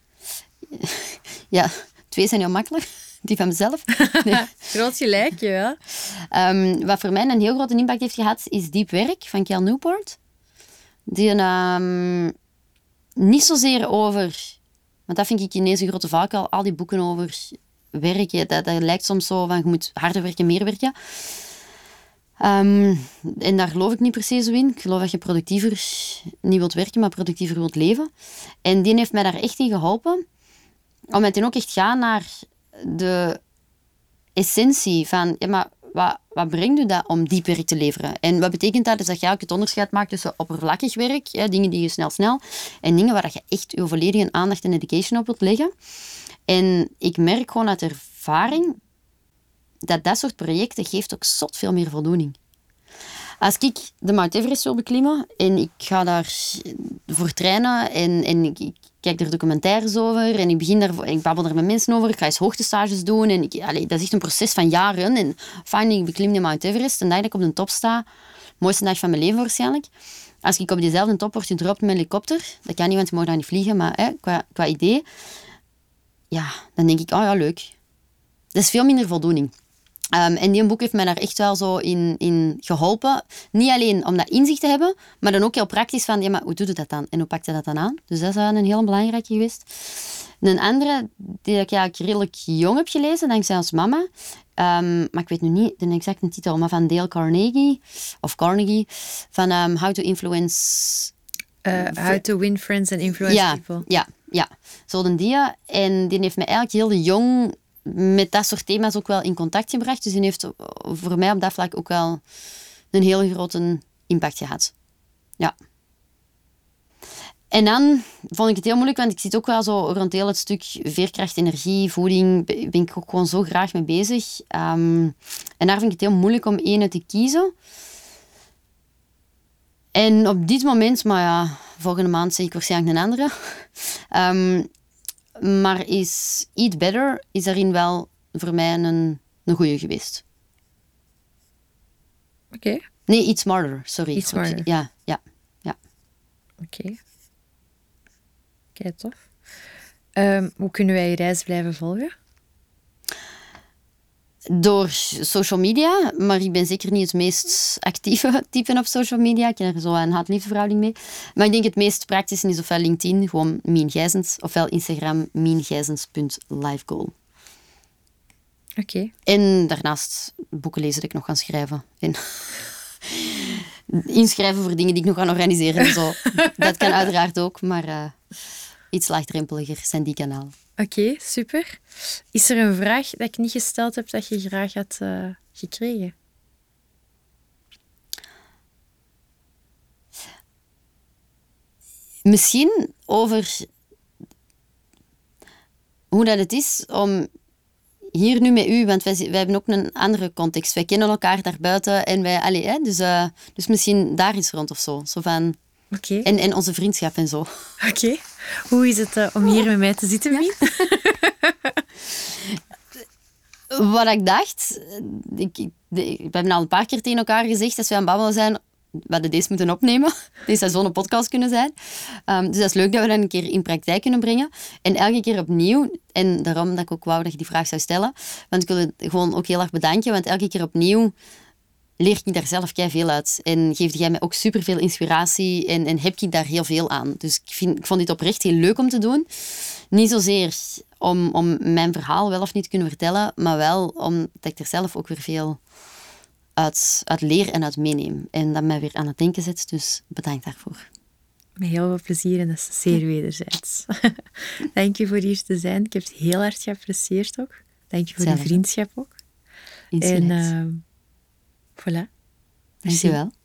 Ja, twee zijn heel makkelijk. Die van mezelf. Nee. Groot gelijk, ja. Um, wat voor mij een heel grote impact heeft gehad, is Diep Werk van Cal Newport. Die um, niet zozeer over... Want dat vind ik ineens een grote valkuil. Al die boeken over werken, dat, dat lijkt soms zo van je moet harder werken, meer werken. Um, en daar geloof ik niet per se zo in. Ik geloof dat je productiever niet wilt werken, maar productiever wilt leven. En die heeft mij daar echt in geholpen. Om het dan ook echt gaan naar de essentie van, ja, maar wat, wat brengt u dat om diep werk te leveren? En wat betekent dat? Dus dat je ook het onderscheid maakt tussen oppervlakkig werk, ja, dingen die je snel snel, en dingen waar je echt je volledige aandacht en dedication op wilt leggen. En ik merk gewoon uit ervaring dat dat soort projecten geeft ook zot veel meer voldoening. Als ik de Mount Everest wil beklimmen en ik ga daar voor trainen en, en ik, ik kijk er documentaires over en ik begin daar, ik babbel er met mensen over, ik ga eens hoogtestages doen en ik, allez, dat is echt een proces van jaren en fijn, ik beklim de Mount Everest, de dag dat ik op de top sta, mooiste dag van mijn leven waarschijnlijk. Als ik op diezelfde top word gedropt met een helikopter, dat kan niet, want je mag daar niet vliegen, maar hè, qua, qua idee, ja, dan denk ik, oh ja, leuk. Dat is veel minder voldoening. Um, en die boek heeft mij daar echt wel zo in, in geholpen. Niet alleen om dat inzicht te hebben, maar dan ook heel praktisch van, ja, maar hoe doe je dat dan? En hoe pak je dat dan aan? Dus dat is een heel belangrijke geweest. Een andere, die ik eigenlijk redelijk jong heb gelezen, dankzij ons mama. Um, maar ik weet nu niet de exacte titel, maar van Dale Carnegie, of Carnegie, van um, How to Influence... Uh, how to Win Friends and Influence ja, People. Ja, ja. Zo den die. En die heeft me eigenlijk heel jong met dat soort thema's ook wel in contact gebracht. Dus die heeft voor mij op dat vlak ook wel een heel grote impact gehad. Ja. En dan vond ik het heel moeilijk, want ik zit ook wel zo rond heel het stuk veerkracht, energie, voeding, ben ik ook gewoon zo graag mee bezig. Um, en daar vind ik het heel moeilijk om één te kiezen. En op dit moment, maar ja, volgende maand zeg ik waarschijnlijk een andere. Um, maar is Eat Better is daarin wel voor mij een, een goeie geweest. Oké. Okay. Nee, Eat Smarter, sorry. Eat Smarter. Ja, ja, ja. Oké. Okay. Kijk, tof. Um, hoe kunnen wij je reis blijven volgen? Door social media, maar ik ben zeker niet het meest actieve type op social media. Ik heb er zo een haat-liefde verhouding mee. Maar ik denk het meest praktische is ofwel LinkedIn, gewoon Mien Gijsens, ofwel Instagram, mien gijsens punt lifegoal. Oké. Okay. En daarnaast boeken lezen dat ik nog ga schrijven. En inschrijven voor dingen die ik nog ga organiseren en zo. Dat kan uiteraard ook, maar uh, iets laagdrempeliger zijn die kanalen. Oké, okay, super. Is er een vraag dat ik niet gesteld heb dat je graag had uh, gekregen? Misschien over hoe dat het is om hier nu met u, want wij, wij hebben ook een andere context. Wij kennen elkaar daarbuiten en wij, allez, hè, dus, uh, dus misschien daar iets rond of zo. Zo van, okay. en, en onze vriendschap en zo. Oké. Okay. Hoe is het uh, om hier met mij te zitten, Mien? Wat ik dacht, ik, ik, we hebben al een paar keer tegen elkaar gezegd, als we aan het babbelen zijn, we hadden deze moeten opnemen. Deze zou zo'n podcast kunnen zijn. Um, dus dat is leuk dat we dat een keer in praktijk kunnen brengen. En elke keer opnieuw, en daarom dat ik ook wou dat je die vraag zou stellen, want ik wil het gewoon ook heel erg bedanken, want elke keer opnieuw leer ik daar zelf kei veel uit. En geef jij mij ook superveel inspiratie en, en heb ik daar heel veel aan. Dus ik, vind, ik vond dit oprecht heel leuk om te doen. Niet zozeer om, om mijn verhaal wel of niet te kunnen vertellen, maar wel omdat ik er zelf ook weer veel uit, uit leer en uit meeneem. En dat mij weer aan het denken zet. Dus bedankt daarvoor. Met heel veel plezier en dat is zeer wederzijds. Dank je voor hier te zijn. Ik heb het heel hard geapprecieerd ook. Dank je voor Zelf. die vriendschap ook. En uh, voilà. Dank je wel.